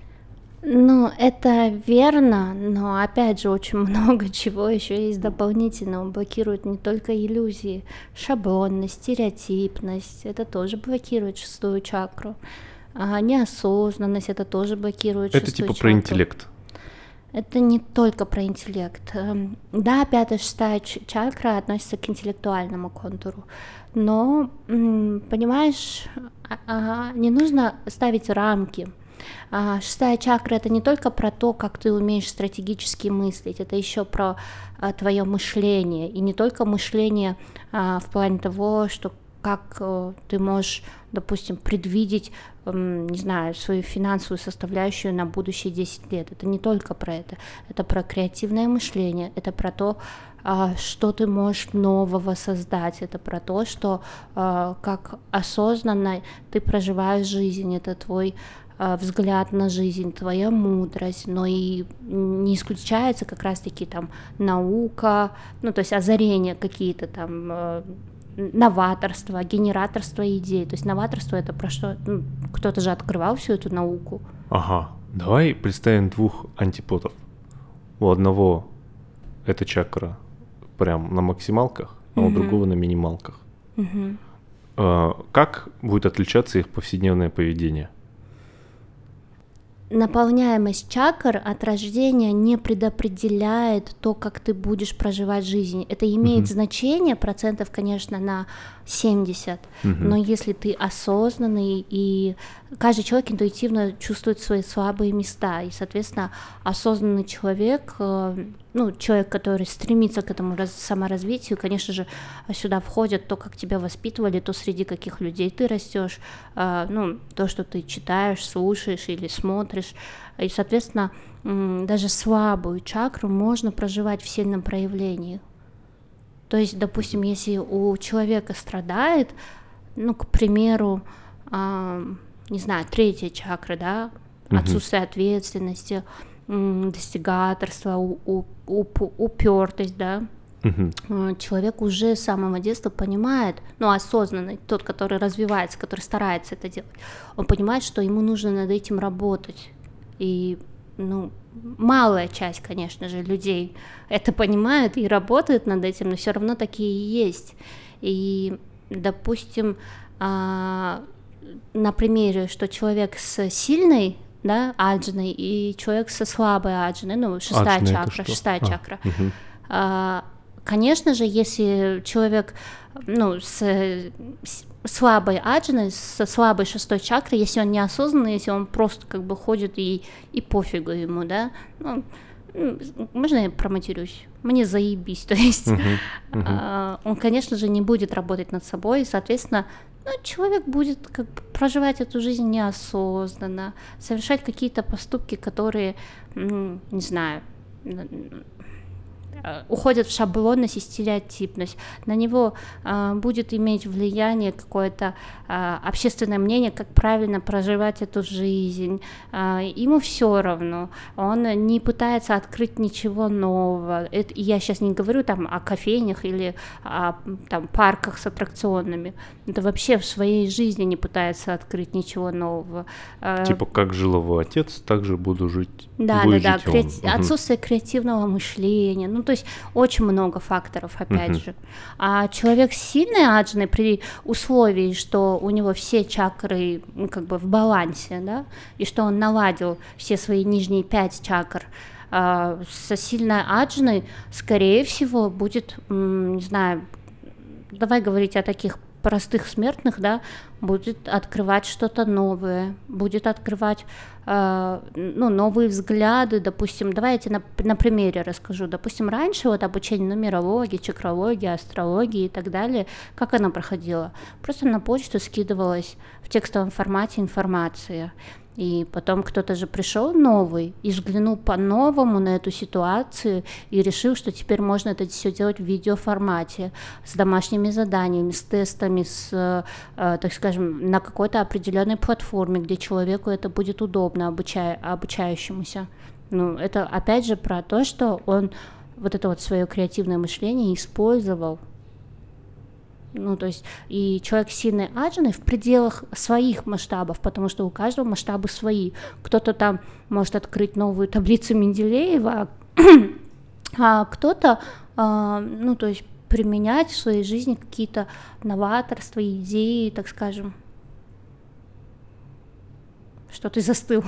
Это верно, но опять же очень много чего еще есть дополнительного. Блокирует не только иллюзии, шаблонность, стереотипность, это тоже блокирует 6-ю чакру. Неосознанность, это тоже блокирует 6-ю чакру. Это типа про интеллект. Это не только про интеллект. Да, 5-я, 6-я чакра относятся к интеллектуальному контуру, но, понимаешь, не нужно ставить рамки. 6-я чакра — это не только про то, как ты умеешь стратегически мыслить, это еще про твое мышление, и не только мышление в плане того, что как ты можешь, допустим, предвидеть, не знаю, свою финансовую составляющую на будущие 10 лет. Это не только про это про креативное мышление, это про то, что ты можешь нового создать, это про то, что как осознанно ты проживаешь жизнь, это твой взгляд на жизнь, твоя мудрость, но и не исключается как раз-таки там наука, то есть озарения какие-то там, новаторство, генераторство идей. То есть новаторство — это про что? Кто-то же открывал всю эту науку. Ага, давай представим двух антиподов. У одного эта чакра прям на максималках, а у другого на минималках. Как будет отличаться их повседневное поведение? Наполняемость чакр от рождения не предопределяет то, как ты будешь проживать жизнь. Это имеет значение, процентов, конечно, на 70, но если ты осознанный, и каждый человек интуитивно чувствует свои слабые места, и, соответственно, осознанный человек, человек, который стремится к этому саморазвитию, конечно же, сюда входит то, как тебя воспитывали, то, среди каких людей ты растешь, то, что ты читаешь, слушаешь или смотришь, смотришь, и, соответственно, даже слабую чакру можно проживать в сильном проявлении. То есть, допустим, если у человека страдает, ну, к примеру, не знаю, 3-я чакра, да, отсутствие ответственности, достигаторство, упертость, да, человек уже с самого детства понимает, ну, осознанный, тот, который развивается, который старается это делать, он понимает, что ему нужно над этим работать. И, ну, малая часть, конечно же, людей это понимает и работает над этим, но все равно такие есть. И, допустим, на примере, что человек с сильной, да, аджной и человек со слабой аджной, ну, 6-я чакра, 6-я чакра. Конечно же, если человек, ну, с слабой аджной, со слабой 6-й чакрой, если он неосознанный, если он просто как бы ходит и пофигу ему, да, ну, можно я проматерюсь? Мне заебись, то есть он, конечно же, не будет работать над собой, и, соответственно, ну, человек будет как бы проживать эту жизнь неосознанно, совершать какие-то поступки, которые, не знаю, уходят в шаблонность и стереотипность. На него будет иметь влияние какое-то общественное мнение, как правильно проживать эту жизнь. Ему все равно. Он не пытается открыть ничего нового. Я сейчас не говорю там о кофейнях или о там, парках с аттракционами. Это вообще в своей жизни не пытается открыть ничего нового. Типа, как жил его отец, так же буду жить. Да. Отсутствие креативного мышления. Ну, то есть очень много факторов, опять же. А человек с сильной аджной при условии, что у него все чакры, ну, как бы в балансе, да, и что он наладил все свои нижние 5 чакр, со сильной аджной, скорее всего, будет, не знаю, давай говорить о таких простых смертных, да, будет открывать что-то новое, будет открывать новые взгляды, допустим, давайте на примере расскажу, допустим, раньше вот обучение нумерологии, чакралогии, астрологии и так далее, как оно проходило? Просто на почту скидывалась в текстовом формате информация, и потом кто-то же пришел новый и взглянул по-новому на эту ситуацию и решил, что теперь можно это все делать в видеоформате, с домашними заданиями, с тестами, так скажем, на какой-то определенной платформе, где человеку это будет удобно, обучающемуся. Ну, это опять же про то, что он вот это вот свое креативное мышление использовал. Ну, то есть, и человек с сильной аджной в пределах своих масштабов, потому что у каждого масштабы свои. Кто-то там может открыть новую таблицу Менделеева, а кто-то, ну, то есть, применять в своей жизни какие-то новаторства, идеи, так скажем. Что ты застыл?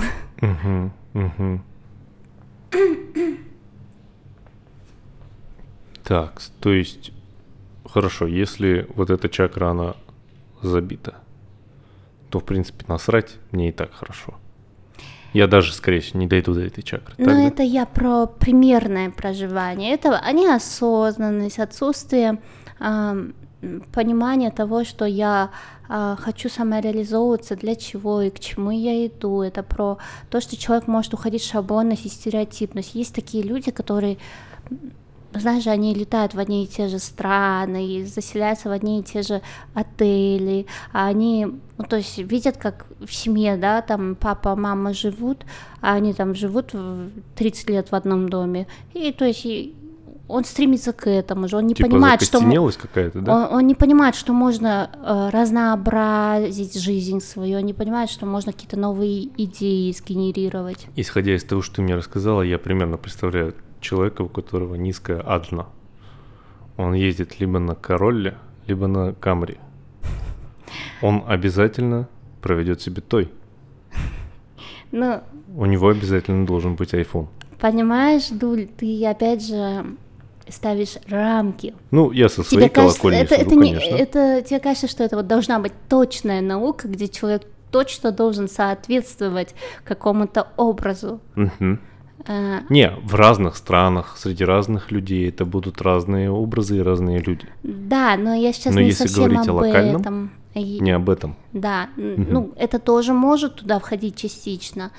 Так, то есть... Хорошо, если вот эта чакра, она забита, то, в принципе, насрать мне и так хорошо. Я даже, скорее всего, не дойду до этой чакры. Но это я про примерное проживание. Это неосознанность, отсутствие понимания того, что я хочу самореализовываться, для чего и к чему я иду. Это про то, что человек может уходить в шаблонность и стереотипность. Есть такие люди, которые... Знаешь, они летают в одни и те же страны, заселяются в одни и те же отели, а они, ну, то есть видят, как в семье, да, там папа, мама живут, а они там живут 30 лет в одном доме, и то есть он стремится к этому же, он не понимает, что какая-то, да? Он не понимает, что можно разнообразить жизнь свою, он не понимает, что можно какие-то новые идеи сгенерировать. Исходя из того, что ты мне рассказала, я примерно представляю человека, у которого низкая аджна. Он ездит либо на Королле, либо на Камри. Он обязательно проведет себе той. Ну, у него обязательно должен быть iPhone. Понимаешь, Дуль, ты опять же ставишь рамки. Ну, я со своей колокольни сужу, конечно. Тебе кажется, что это вот должна быть точная наука, где человек точно должен соответствовать какому-то образу. Не, в разных странах, среди разных людей это будут разные образы и разные люди. Да, но я сейчас не совсем об локальном, этом. Не об этом. Да, ну это тоже может туда входить частично.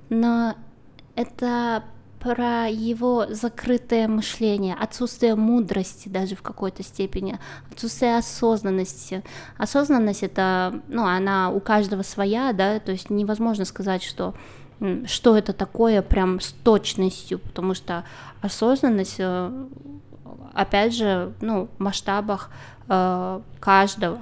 но это про его закрытое мышление, отсутствие мудрости даже в какой-то степени, отсутствие осознанности. Осознанность это, она у каждого своя, да, то есть невозможно сказать, что это такое прям с точностью, потому что осознанность, опять же, в масштабах каждого.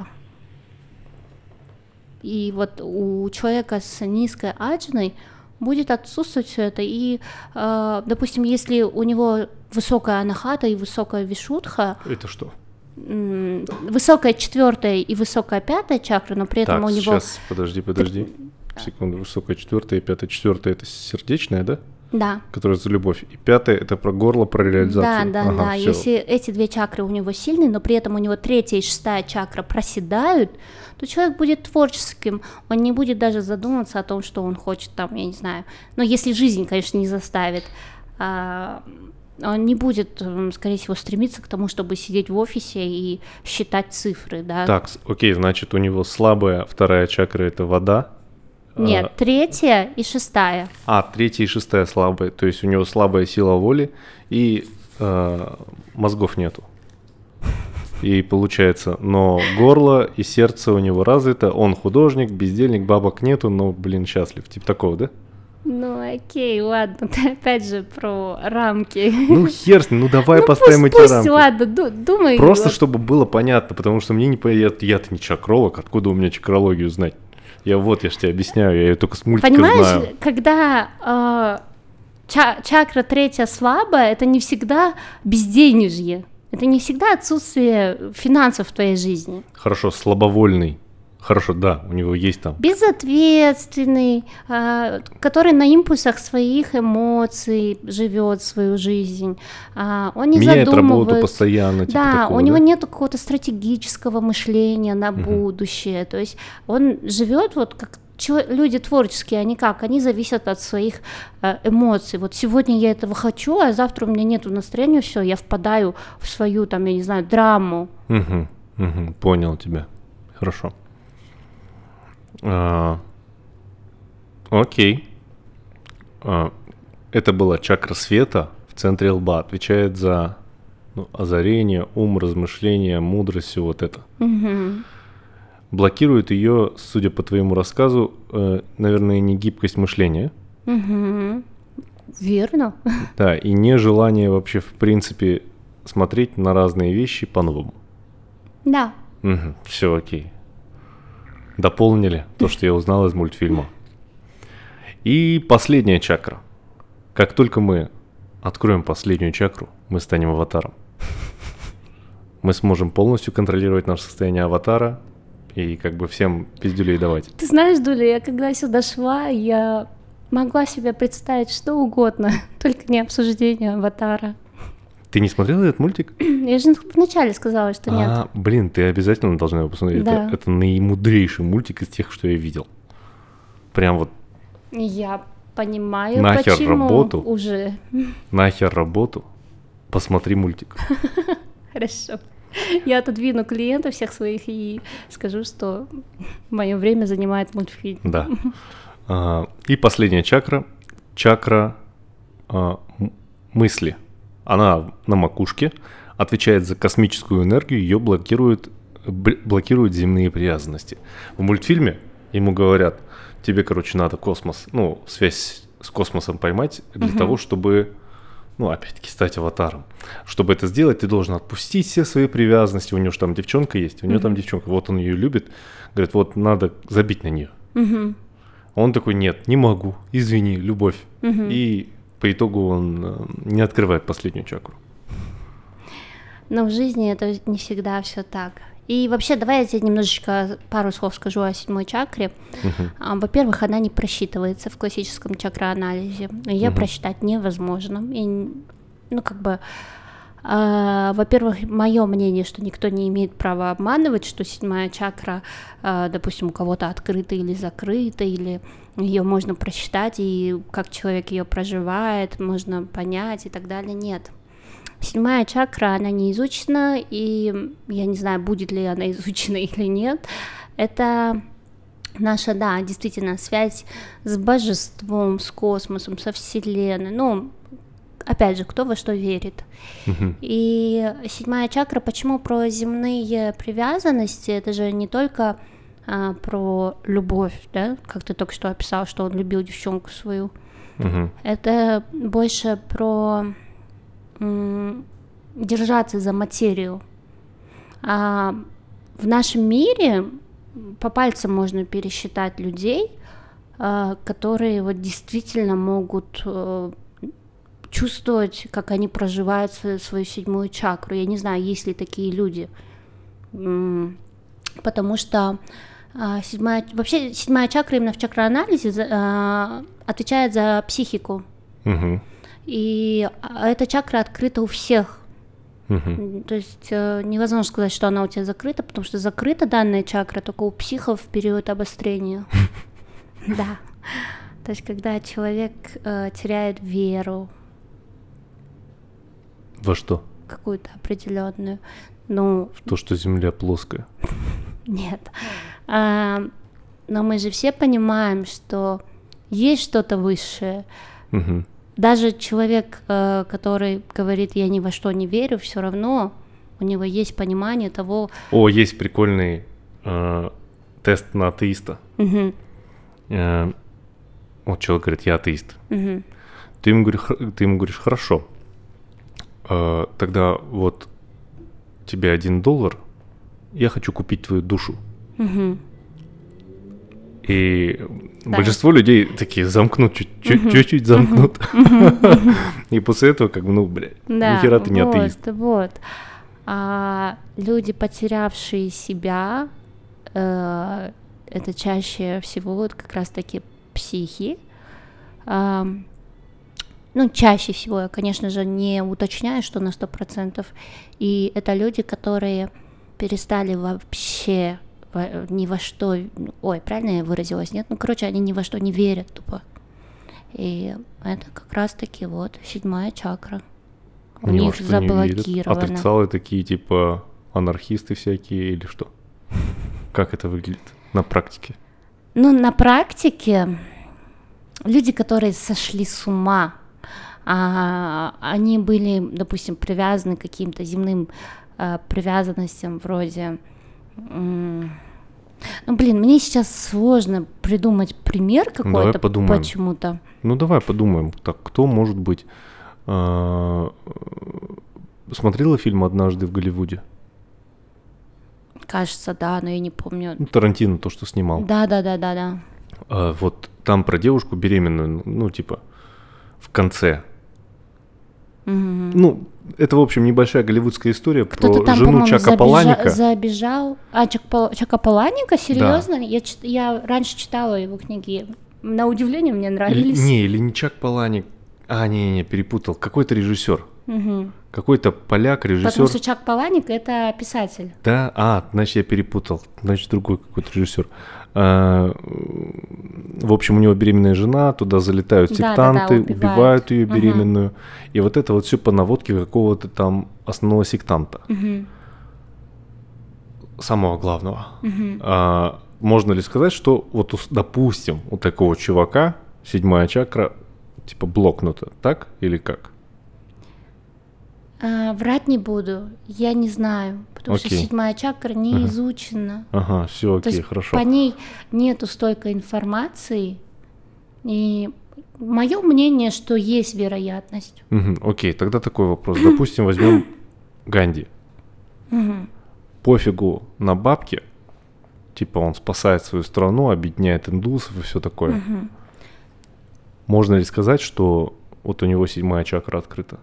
И вот у человека с низкой аджной будет отсутствовать все это, и, допустим, если у него высокая анахата и высокая вишудха... Это что? Высокая 4 и высокая 5 чакра, но при этом так, у него... сейчас, подожди. Секунду, высокая 4 и 5, 4 это сердечная, да? Да. Которая за любовь. И 5 это про горло, про реализацию. Да. Всё. Если эти 2 чакры у него сильные, но при этом у него 3 и 6 чакра проседают, то человек будет творческим, он не будет даже задумываться о том, что он хочет там, я не знаю, но если жизнь, конечно, не заставит, он не будет, скорее всего, стремиться к тому, чтобы сидеть в офисе и считать цифры, да. Так, окей, значит, у него слабая 2 чакра — это вода. Нет, 3 и 6. 3 и 6 слабые, то есть у него слабая сила воли и мозгов нету. И получается, но горло и сердце у него развито, он художник, бездельник, бабок нету, но, счастлив. Типа такого, да? Окей, ладно, ты опять же про рамки. Хер с ним, давай поставим эти рамки. Ладно, думай. Просто чтобы было понятно, потому что мне не понятно, я-то не чакролог, откуда у меня чакрологию знать? Я же тебе объясняю, я ее только с мультика знаю. Понимаешь, когда чакра 3 слабая, это не всегда безденежье, это не всегда отсутствие финансов в твоей жизни. Хорошо, слабовольный. Хорошо, да, у него есть там. Безответственный, который на импульсах своих эмоций живет свою жизнь. Он не меняет задумывается. Работу постоянно. Да, такого, у него нет какого-то стратегического мышления на будущее. То есть он живет вот как люди творческие, они зависят от своих эмоций. Вот сегодня я этого хочу, а завтра у меня нету настроения, все, я впадаю в свою, там, я не знаю, драму. Понял тебя. Хорошо. Окей. Это была чакра света в центре лба, отвечает за озарение, ум, размышление, мудрость, все вот это. Блокирует ее, судя по твоему рассказу, наверное, не гибкость мышления. Верно. Да, и нежелание вообще, в принципе, смотреть на разные вещи по-новому. Да. Все окей. Дополнили то, что я узнал из мультфильма. И последняя чакра. Как только мы откроем последнюю чакру, мы станем аватаром. Мы сможем полностью контролировать наше состояние аватара и всем пиздюлей давать. Ты знаешь, Дуля, я когда сюда шла, я могла себе представить что угодно, только не обсуждение аватара. Ты не смотрела этот мультик? Я же вначале сказала, что нет. Ты обязательно должна его посмотреть. Да. Это наимудрейший мультик из тех, что я видел. Прям вот. Я понимаю, нахер почему работу, уже. Нахер работу, посмотри мультик. Хорошо. Я отодвину клиентов всех своих и скажу, что мое время занимает мультфильм. Да. И последняя чакра. Чакра мысли. Она на макушке, отвечает за космическую энергию, ее блокируют земные привязанности. В мультфильме ему говорят, тебе, надо космос, связь с космосом поймать для того, чтобы, опять-таки, стать аватаром. Чтобы это сделать, ты должен отпустить все свои привязанности. У него же там девчонка есть, у него там девчонка, вот он ее любит. Говорит, вот надо забить на нее. Он такой, нет, не могу, извини, любовь. И по итогу он не открывает последнюю чакру. Но в жизни это не всегда все так. И вообще, давай я тебе немножечко пару слов скажу о 7 чакре. Во-первых, она не просчитывается в классическом чакроанализе. Ее просчитать невозможно. И, во-первых, мое мнение, что никто не имеет права обманывать, что 7 чакра, допустим, у кого-то открыта или закрыта, или ее можно просчитать, и как человек ее проживает, можно понять и так далее. Нет. 7 чакра, она не изучена, и я не знаю, будет ли она изучена или нет. Это наша, да, действительно, связь с божеством, с космосом, со Вселенной, ну, опять же, кто во что верит. И 7-я чакра, почему про земные привязанности, это же не только про любовь, да, как ты только что описал, что он любил девчонку свою, это больше про держаться за материю. В нашем мире по пальцам можно пересчитать людей, которые вот действительно могут чувствовать, как они проживают свою 7-ю чакру. Я не знаю, есть ли такие люди, потому что вообще 7-я чакра именно в чакроанализе отвечает за психику, и эта чакра открыта у всех. То есть невозможно сказать, что она у тебя закрыта, потому что закрыта данная чакра только у психов в период обострения. Да. То есть когда человек теряет веру. Во что? Какую-то определенную. Ну, в то, что Земля плоская. Нет. Но мы же все понимаем, что есть что-то высшее. Даже человек, который говорит, я ни во что не верю, все равно у него есть понимание того... О, есть прикольный тест на атеиста. Вот человек говорит, я атеист. Ты ему говоришь, хорошо, тогда вот тебе $1, я хочу купить твою душу. И большинство людей такие замкнут, чуть-чуть замкнут. И после этого как бы, ну, блядь, нихера ты не атеист. Вот. Люди, потерявшие себя, это чаще всего вот как раз-таки психи. Ну, чаще всего, я, конечно же, не уточняю, что на 100%. И это люди, которые перестали вообще ни во что, ой, правильно я выразилась, нет? Ну, короче, они ни во что не верят тупо. И это как раз-таки вот 7-я чакра. У них заблокировано. Отрицалы такие, типа, анархисты всякие или что? Как это выглядит на практике? Ну, на практике люди, которые сошли с ума, они были, допустим, привязаны к каким-то земным привязанностям вроде... Ну, блин, мне сейчас сложно придумать пример какой-то почему-то. Ну, давай подумаем. Так, кто может быть... Смотрела фильм «Однажды в Голливуде»? Кажется, да, но я не помню. Тарантино то, что снимал. Да. Вот там про девушку беременную, ну, типа, в конце. Ну, это, в общем, небольшая голливудская история кто-то про там, жену Чака Паланика. Забежал. Чака Паланика? Серьезно? Да. Я раньше читала его книги. На удивление мне нравились. Или не Чак Паланик. Не, перепутал. Какой-то режиссер. Какой-то поляк, режиссер. Потому что Чак Паланик — это писатель. Да? Значит, я перепутал. Значит, другой какой-то режиссер. В общем, у него беременная жена, туда залетают сектанты, убивают ее беременную. И вот это вот все по наводке какого-то там основного сектанта. Самого главного. Можно ли сказать, что вот, допустим, у такого чувака 7-я чакра типа блокнута, так или как? Врать не буду, я не знаю, потому что 7-я чакра не изучена. Все, окей, хорошо. По ней нету столько информации, и мое мнение, что есть вероятность. Окей, тогда такой вопрос. Допустим, возьмем Ганди. Пофигу на бабки, типа он спасает свою страну, объединяет индусов и все такое. Можно ли сказать, что вот у него 7-я чакра открыта?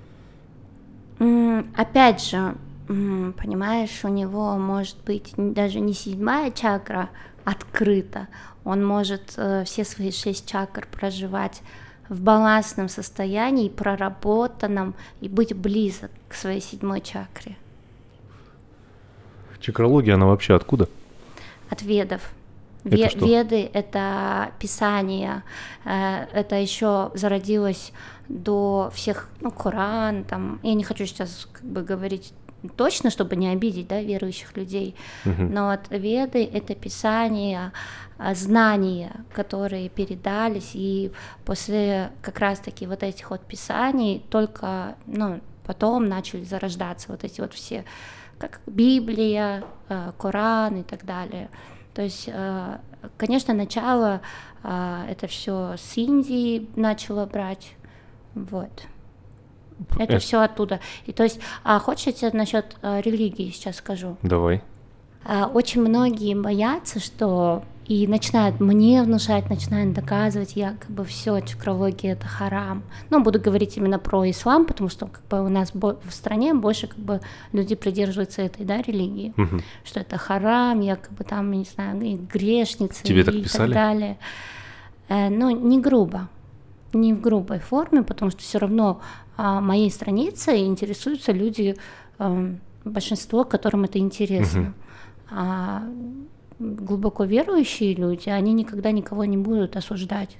Опять же, понимаешь, у него может быть даже не 7-я чакра открыта, он может все свои 6 чакр проживать в балансном состоянии, проработанном и быть близок к своей 7-й чакре. Чакрология, она вообще откуда? От ведов. Это Веды — это писание, это еще зародилось до всех, Коран, там, я не хочу сейчас как бы говорить точно, чтобы не обидеть, да, верующих людей, но вот Веды — это писания, знания, которые передались, и после как раз-таки вот этих вот писаний только, ну, потом начали зарождаться вот эти вот все, как Библия, Коран и так далее. То есть, конечно, начало это все с Индии начало брать, вот. Это все оттуда. И то есть, хочешь, я тебе насчет религии сейчас скажу? Давай. Очень многие боятся, что и начинают мне внушать, начинают доказывать, якобы все, чакрология — это харам. Ну, буду говорить именно про ислам, потому что как бы у нас в стране больше как бы люди придерживаются этой, да, религии, что это харам, якобы там, я не знаю, и грешницы. Тебе и так писали? Так далее. Ну, не грубо, не в грубой форме, потому что все равно моей страницей интересуются люди, большинство, которым это интересно. А глубоко верующие люди, они никогда никого не будут осуждать,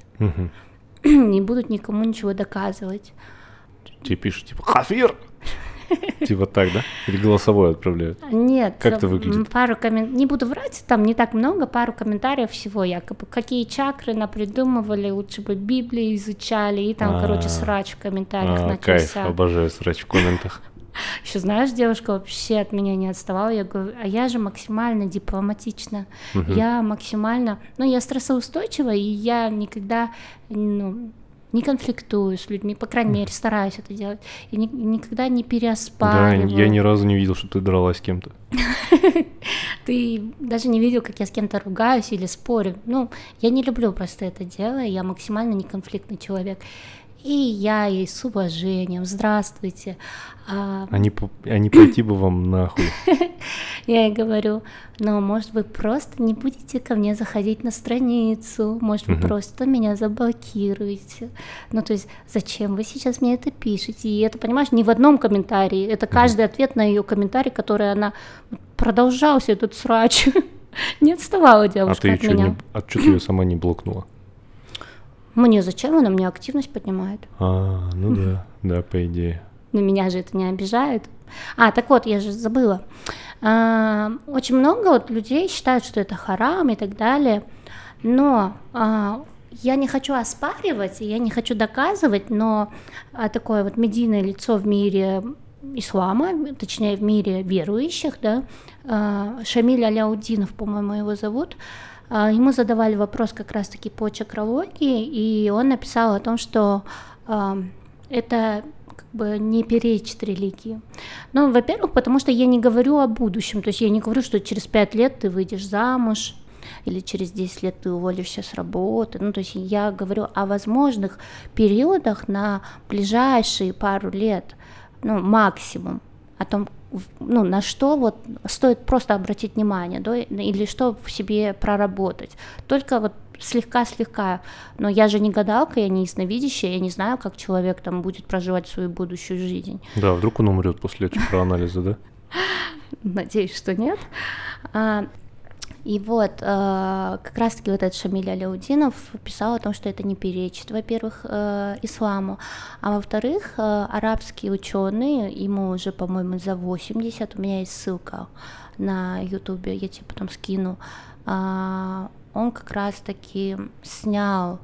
не будут никому ничего доказывать. Тебе пишут, типа, «Хафир!» Типа так, да? Или голосовое отправляют? Нет. Как это выглядит? Не буду врать, там не так много, пару комментариев всего, якобы, какие чакры напридумывали, лучше бы Библию изучали, и там, короче, срач в комментариях начался. Кайф, обожаю срач в комментах. Еще знаешь, девушка вообще от меня не отставала, я говорю, а я же максимально дипломатична, я максимально, я стрессоустойчива, и я никогда, не конфликтую с людьми, по крайней мере, стараюсь это делать, и никогда не переоспариваю. Да, я ни разу не видел, что ты дралась с кем-то. Ты даже не видел, как я с кем-то ругаюсь или спорю. Я не люблю просто это дело, я максимально неконфликтный человек. И я ей с уважением, здравствуйте. А не пойти бы вам нахуй. Я ей говорю, может, вы просто не будете ко мне заходить на страницу, может, вы просто меня заблокируете. То есть, зачем вы сейчас мне это пишете? И это, понимаешь, не в одном комментарии, это каждый ответ на ее комментарий, который она продолжался, этот срач. Не отставала девушка от меня. А что ты ее сама не блокнула? Мне зачем? Она мне активность поднимает. Да, по идее. Но меня же это не обижает. Так вот, я же забыла. Очень много людей считают, что это харам и так далее, но я не хочу оспаривать, я не хочу доказывать, но такое вот медийное лицо в мире ислама, точнее в мире верующих, да, Шамиль Аляутдинов, по-моему, его зовут. Ему задавали вопрос как раз-таки по чакрологии, и он написал о том, что это как бы не перечит религии. Во-первых, потому что я не говорю о будущем, то есть я не говорю, что через 5 лет ты выйдешь замуж, или через 10 лет ты уволишься с работы. То есть я говорю о возможных периодах на ближайшие пару лет, максимум, о том, на что вот стоит просто обратить внимание, да, или что в себе проработать. Только вот слегка-слегка. Но я же не гадалка, я не ясновидящая, я не знаю, как человек там будет проживать свою будущую жизнь. Да, вдруг он умрет после чакроанализа, да? Надеюсь, что нет. И вот как раз-таки вот этот Шамиль Аляутдинов писал о том, что это не перечит, во-первых, исламу, а во-вторых, арабские ученые, ему уже, по-моему, за 80, у меня есть ссылка на ютубе, я тебе потом скину, он как раз-таки снял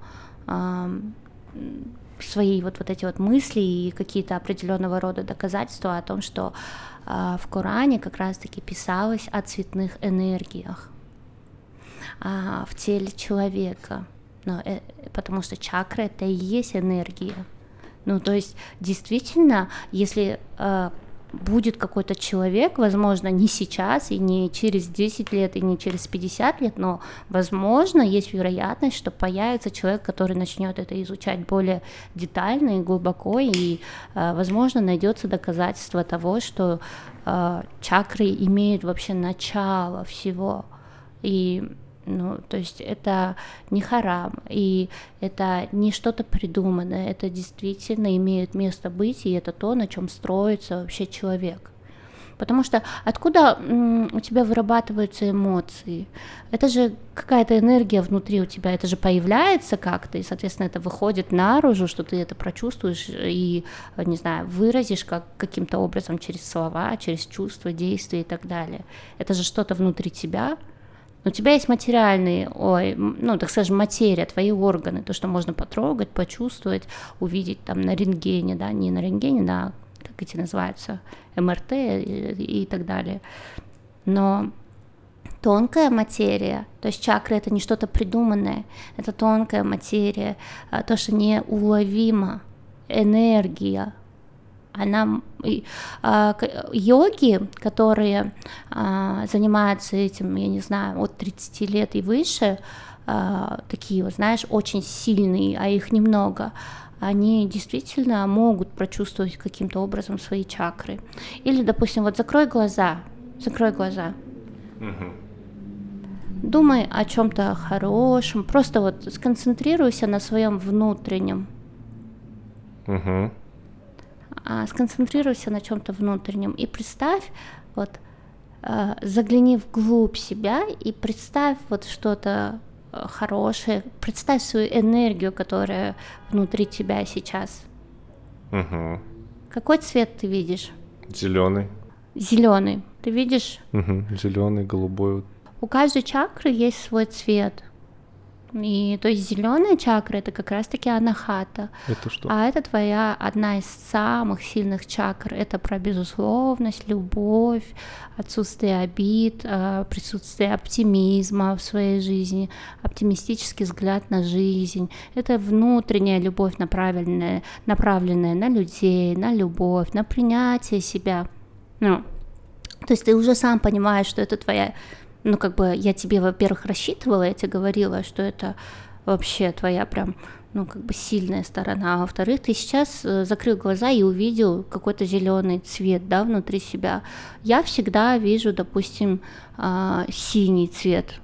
свои вот эти вот мысли и какие-то определенного рода доказательства о том, что в Коране как раз-таки писалось о цветных энергиях в теле человека, потому что чакра — это и есть энергия. То есть действительно, если будет какой-то человек, возможно, не сейчас и не через 10 лет и не через 50 лет, но, возможно, есть вероятность, что появится человек, который начнет это изучать более детально и глубоко, и, возможно, найдется доказательство того, что чакры имеют вообще начало всего. И то есть это не харам, и это не что-то придуманное, это действительно имеет место быть, и это то, на чем строится вообще человек. Потому что откуда у тебя вырабатываются эмоции? Это же какая-то энергия внутри у тебя, это же появляется как-то, и, соответственно, это выходит наружу, что ты это прочувствуешь и, не знаю, выразишь каким-то образом через слова, через чувства, действия и так далее. Это же что-то внутри тебя. У тебя есть материальные, так скажем, материя, твои органы, то, что можно потрогать, почувствовать, увидеть там на рентгене, да, не на рентгене, на, как эти называются, МРТ и так далее. Но тонкая материя, то есть чакры — это не что-то придуманное, это тонкая материя, то, что неуловимо, энергия. Йоги, которые занимаются этим, я не знаю, от 30 лет и выше, такие, вот, знаешь, очень сильные, а их немного, они действительно могут прочувствовать каким-то образом свои чакры. Или, допустим, вот закрой глаза. Думай о чем-то хорошем, просто вот сконцентрируйся на своем внутреннем. Сконцентрируйся на чем-то внутреннем и представь, вот, загляни вглубь себя и представь вот что-то хорошее, представь свою энергию, которая внутри тебя сейчас. Какой цвет ты видишь? Зеленый. Зеленый. Ты видишь? Зеленый, голубой. У каждой чакры есть свой цвет. И то есть зеленая чакра — это как раз-таки анахата. Это что? А это твоя одна из самых сильных чакр. Это про безусловность, любовь, отсутствие обид, присутствие оптимизма в своей жизни, оптимистический взгляд на жизнь. Это внутренняя любовь, направленная на людей, на любовь, на принятие себя. То есть ты уже сам понимаешь, что это твоя... я тебе, во-первых, рассчитывала, я тебе говорила, что это вообще твоя прям, сильная сторона, а во-вторых, ты сейчас закрыл глаза и увидел какой-то зеленый цвет, да, внутри себя. Я всегда вижу, допустим, синий цвет.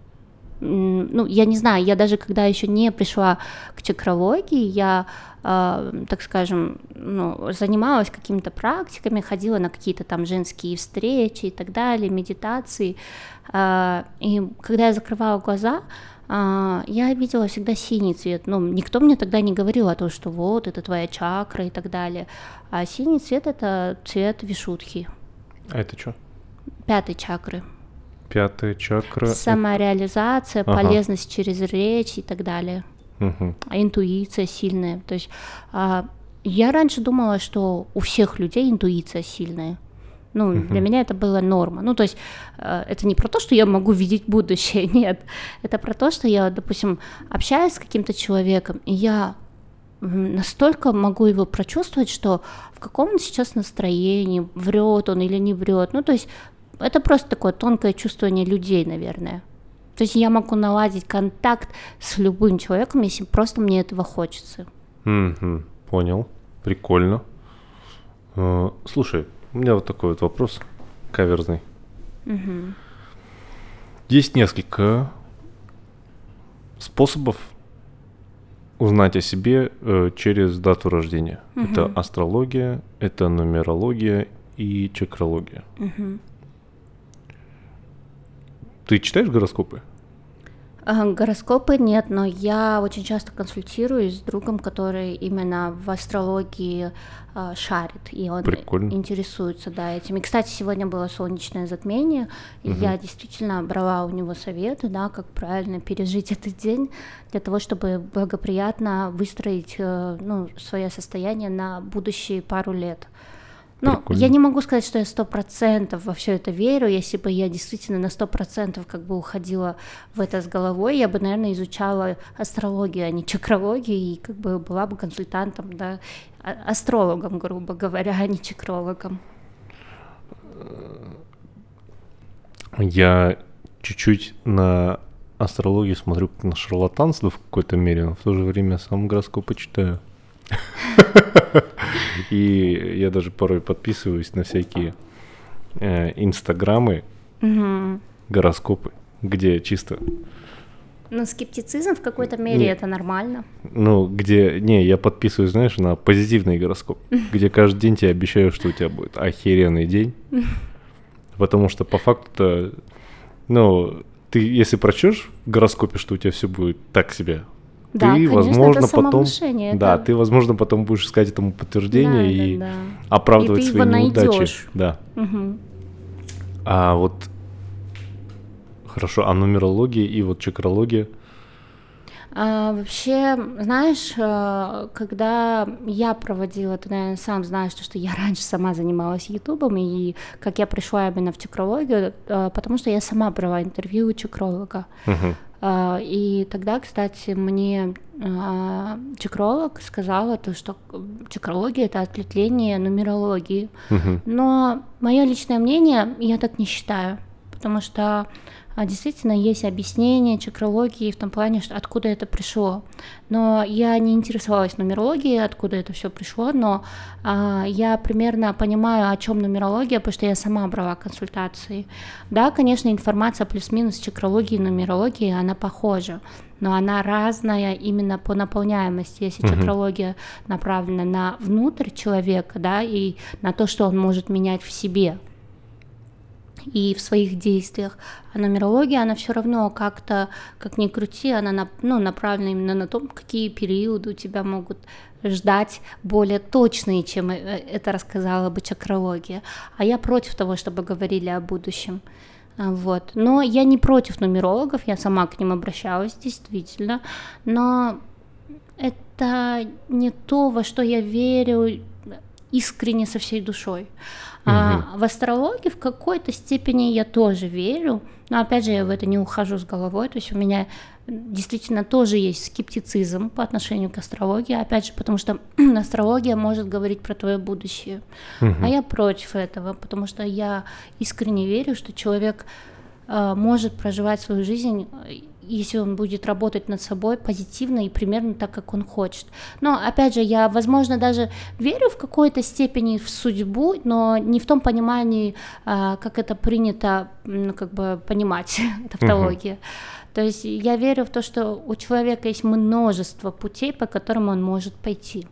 Я не знаю, я даже когда еще не пришла к чакрологии, я, так скажем, занималась какими-то практиками, ходила на какие-то там женские встречи и так далее, медитации, и когда я закрывала глаза, я видела всегда синий цвет. Никто мне тогда не говорил о том, что вот, это твоя чакра и так далее, а синий цвет — это цвет вишудхи. А это что? 5-й чакры. 5-я чакра. Самореализация, полезность через речь и так далее. Интуиция сильная. То есть я раньше думала, что у всех людей интуиция сильная. Для меня это была норма. То есть это не про то, что я могу видеть будущее, нет. Это про то, что я, допустим, общаюсь с каким-то человеком, и я настолько могу его прочувствовать, что в каком он сейчас настроении, врет он или не врет. То есть это просто такое тонкое чувствование людей, наверное. То есть я могу наладить контакт с любым человеком, если просто мне этого хочется. Понял. Прикольно. Слушай, у меня вот такой вот вопрос каверзный. Есть несколько способов узнать о себе через дату рождения. Это астрология, это нумерология и чакрология. Ты читаешь гороскопы? Гороскопы нет, но я очень часто консультируюсь с другом, который именно в астрологии шарит, и он интересуется, этим. И, кстати, сегодня было солнечное затмение, и я действительно брала у него советы, как правильно пережить этот день, для того, чтобы благоприятно выстроить свое состояние на будущие пару лет. Я не могу сказать, что я 100% во все это верю. Если бы я действительно на 100% уходила в это с головой, я бы, наверное, изучала астрологию, а не чакрологию, и была бы консультантом, астрологом, грубо говоря, а не чакрологом. Я чуть-чуть на астрологию смотрю как на шарлатанство в какой-то мере, но в то же время сам гороскопы читаю. И я даже порой подписываюсь на всякие инстаграмы, гороскопы, где чисто Ну, скептицизм в какой-то мере это нормально. Ну, я подписываюсь, знаешь, на позитивный гороскоп, где каждый день тебе обещают, что у тебя будет охеренный день. Потому что по факту-то, ты если прочтешь в гороскопе, что у тебя все будет так себе, Да, ты, конечно, возможно, это потом, самовнушение. да, ты, возможно, потом будешь искать этому подтверждение и Да. оправдывать И ты свои его неудачи. найдешь. Да. Угу. А вот хорошо, а нумерология и вот чакрология? Вообще, знаешь, когда я проводила, ты, наверное, сам знаешь, что я раньше сама занималась ютубом, и как я пришла именно в чакрологию, потому что я сама брала интервью у чакролога. И тогда, кстати, мне чакролог сказала, что чакрология — это ответвление нумерологии. Но мое личное мнение, я так не считаю, потому что действительно есть объяснение чакрологии в том плане, что откуда это пришло. Но я не интересовалась нумерологией, откуда это все пришло, но я примерно понимаю, о чем нумерология, потому что я сама брала консультации. Да, конечно, информация плюс-минус чакрологии и нумерологии, она похожа, но она разная именно по наполняемости. Если чакрология направлена на внутрь человека, да, и на то, что он может менять в себе и в своих действиях. А нумерология, она все равно как-то, как ни крути, она направлена именно на то, какие периоды у тебя могут ждать более точные, чем это рассказала бы чакрология. А я против того, чтобы говорили о будущем. Вот. Но я не против нумерологов, я сама к ним обращалась, действительно. Но это не то, во что я верю искренне со всей душой. В астрологию в какой-то степени я тоже верю, но опять же я в это не ухожу с головой, то есть у меня действительно тоже есть скептицизм по отношению к астрологии, опять же, потому что астрология может говорить про твое будущее, а я против этого, потому что я искренне верю, что человек может проживать свою жизнь, если он будет работать над собой позитивно и примерно так, как он хочет. Но, опять же, я, возможно, даже верю в какой-то степени в судьбу, но не в том понимании, как это принято, понимать, тавтология. То есть я верю в то, что у человека есть множество путей, по которым он может пойти.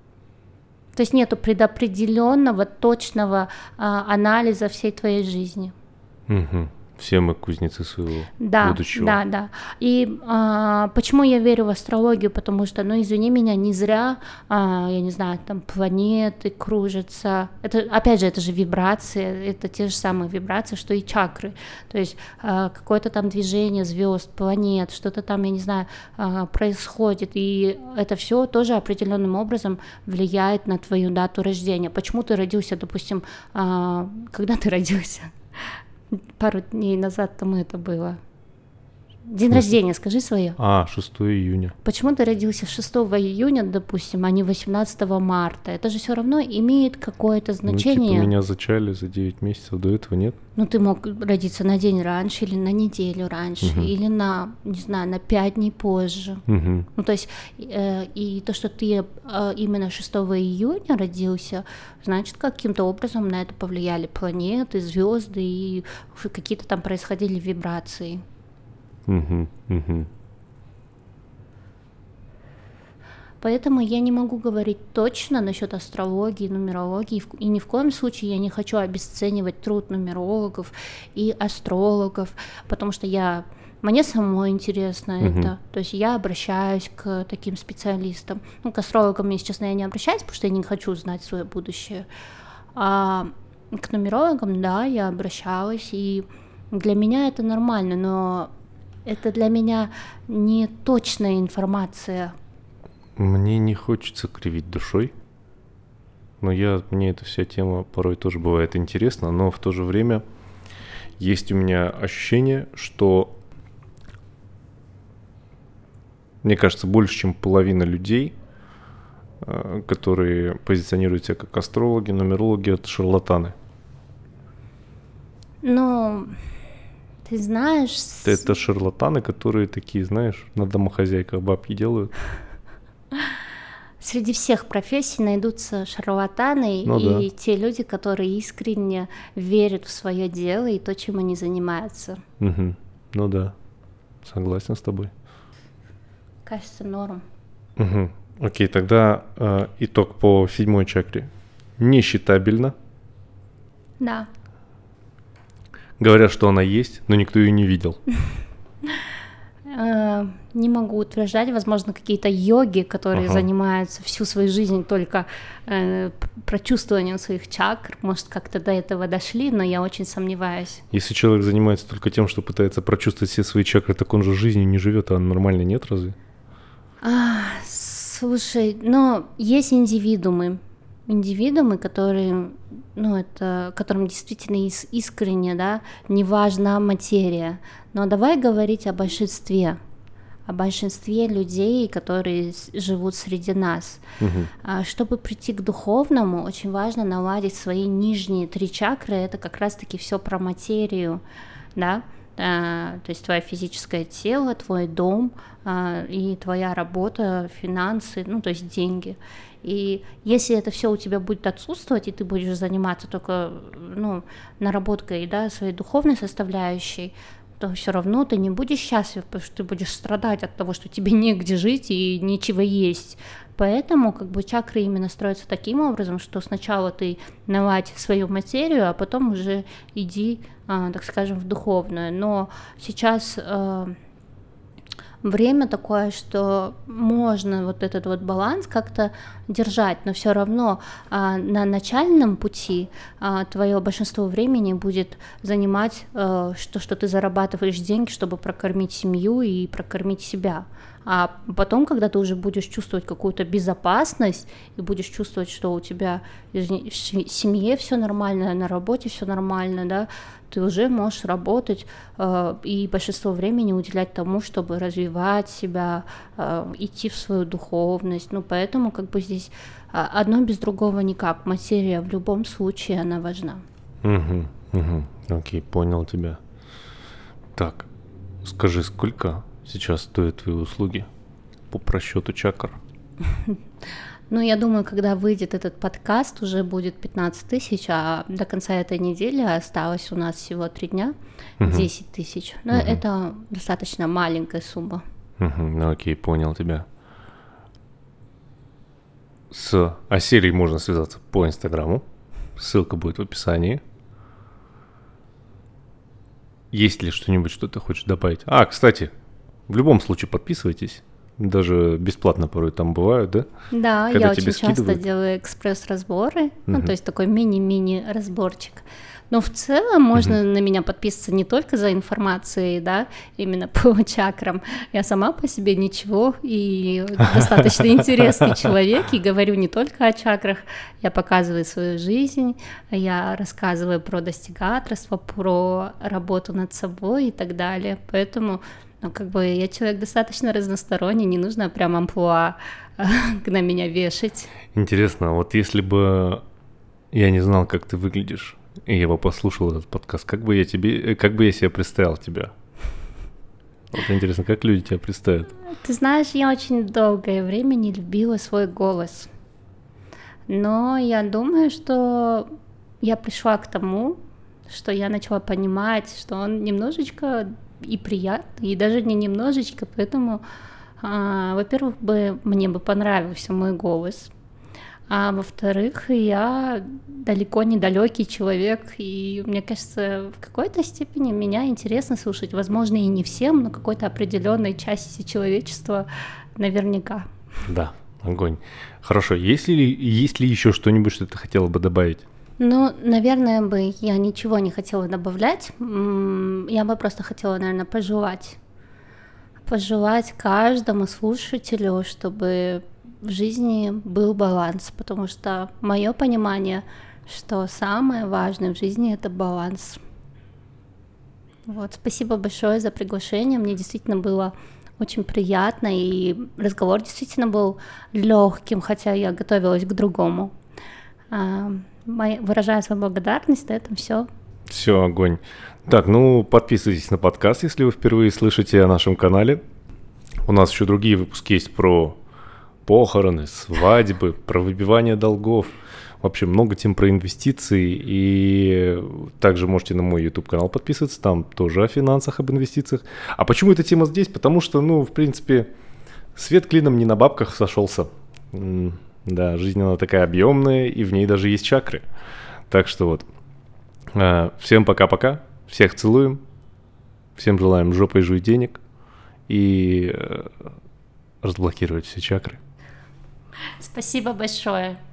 То есть нету предопределенного, точного анализа всей твоей жизни. Все мы кузнецы своего будущего. Да. И почему я верю в астрологию? Потому что, извини меня, не зря, я не знаю, там планеты кружатся. Это, опять же, это же вибрации, это те же самые вибрации, что и чакры. То есть какое-то там движение звезд, планет, что-то там, я не знаю, происходит. И это все тоже определенным образом влияет на твою дату рождения. Почему ты родился, допустим, когда ты родился? Пару дней назад тому это было. День рождения, скажи свое. 6 июня. Почему ты родился 6 июня, допустим, а не 18 марта? Это же все равно имеет какое-то значение. Меня зачали за 9 месяцев, до этого нет. Ты мог родиться на день раньше, или на неделю раньше, или на 5 дней позже. То есть, и то, что ты именно 6 июня родился, значит, каким-то образом на это повлияли планеты, звезды, и какие-то там происходили вибрации. Поэтому я не могу говорить точно насчет астрологии, нумерологии, и ни в коем случае я не хочу обесценивать труд нумерологов и астрологов, потому что мне самой интересно это, то есть я обращаюсь к таким специалистам. К астрологам, если честно, я не обращаюсь, потому что я не хочу знать свое будущее, а к нумерологам, да, я обращалась, и для меня это нормально, но это для меня не точная информация. Мне не хочется кривить душой, но мне эта вся тема порой тоже бывает интересна, но в то же время есть у меня ощущение, что, мне кажется, больше, чем половина людей, которые позиционируют себя как астрологи, нумерологи, это шарлатаны. Ты знаешь... Это шарлатаны, которые такие, знаешь, на домохозяйках бабки делают. Среди всех профессий найдутся шарлатаны и те люди, которые искренне верят в свое дело и то, чем они занимаются. Ну да, согласен с тобой. кажется, норм. Угу. Окей, тогда итог по 7 чакре. Несчитабельно. Да. Говорят, что она есть, но никто ее не видел. Не могу утверждать, возможно, какие-то йоги, которые занимаются всю свою жизнь только прочувствованием своих чакр, может, как-то до этого дошли, но я очень сомневаюсь. Если человек занимается только тем, что пытается прочувствовать все свои чакры, так он же жизнью не живет, а нормально нет разве? Слушай, но есть индивидуумы, которые, которым действительно искренне, да, не важна материя. Но давай говорить о большинстве людей, которые живут среди нас. Чтобы прийти к духовному, очень важно наладить свои нижние 3 чакры. Это как раз-таки все про материю, да. То есть твое физическое тело, твой дом и твоя работа, финансы, то есть деньги. И если это все у тебя будет отсутствовать, и ты будешь заниматься только наработкой, да, своей духовной составляющей, то все равно ты не будешь счастлив, потому что ты будешь страдать от того, что тебе негде жить и нечего есть. Поэтому чакры именно строятся таким образом, что сначала ты наладь свою материю, а потом уже иди, так скажем, в духовную. Но сейчас время такое, что можно вот этот вот баланс как-то держать, но все равно на начальном пути твое большинство времени будет занимать что ты зарабатываешь деньги, чтобы прокормить семью и прокормить себя. А потом, когда ты уже будешь чувствовать какую-то безопасность и будешь чувствовать, что у тебя в семье все нормально, на работе все нормально, да, ты уже можешь работать и большинство времени уделять тому, чтобы развивать себя, идти в свою духовность. Поэтому здесь одно без другого никак. Материя в любом случае, она важна. Окей, понял тебя. Так, скажи, сколько сейчас стоят твои услуги по просчету чакр? Я думаю, когда выйдет этот подкаст, уже будет 15 тысяч, а до конца этой недели осталось у нас всего 3 дня, 10 тысяч. Но это достаточно маленькая сумма. Окей, понял тебя. С Аселей можно связаться по Инстаграму. Ссылка будет в описании. Есть ли что-нибудь, что ты хочешь добавить? Кстати, в любом случае подписывайтесь. Даже бесплатно порой там бывают, да? Да, когда я очень часто делаю экспресс-разборы, то есть такой мини-мини разборчик. Но в целом можно на меня подписываться не только за информацией, да, именно по чакрам. Я сама по себе ничего и достаточно интересный человек, и говорю не только о чакрах, я показываю свою жизнь, я рассказываю про достигаторство, про работу над собой и так далее. Поэтому я человек достаточно разносторонний, не нужно прям амплуа на меня вешать. Интересно, вот если бы я не знал, как ты выглядишь, и я бы послушал этот подкаст, как бы я себе представил тебя? Вот интересно, как люди тебя представят? Ты знаешь, я очень долгое время не любила свой голос. Но я думаю, что я пришла к тому, что я начала понимать, что он немножечко и приятный, и даже не немножечко, поэтому, во-первых, мне бы понравился мой голос, а во-вторых, я далеко не далекий человек, и мне кажется, в какой-то степени меня интересно слушать, возможно, и не всем, но какой-то определенной части человечества наверняка. Да, огонь. Хорошо, есть ли еще что-нибудь, что ты хотела бы добавить? Наверное, я ничего не хотела добавлять. Я бы просто хотела, наверное, пожелать каждому слушателю, чтобы в жизни был баланс, потому что мое понимание, что самое важное в жизни — это баланс. Спасибо большое за приглашение. Мне действительно было очень приятно, и разговор действительно был легким, хотя я готовилась к другому. Выражаю свою благодарность, на этом все. Все, огонь. Так, подписывайтесь на подкаст, если вы впервые слышите о нашем канале. У нас еще другие выпуски есть про похороны, свадьбы, про выбивание долгов. Вообще много тем про инвестиции. И также можете на мой YouTube-канал подписываться, там тоже о финансах, об инвестициях. А почему эта тема здесь? Потому что, в принципе, Свет клином не на бабках сошелся. Да, жизнь она такая объемная, и в ней даже есть чакры. Так что вот. Всем пока-пока. Всех целуем. Всем желаем жопой жуй денег. И разблокировать все чакры. Спасибо большое.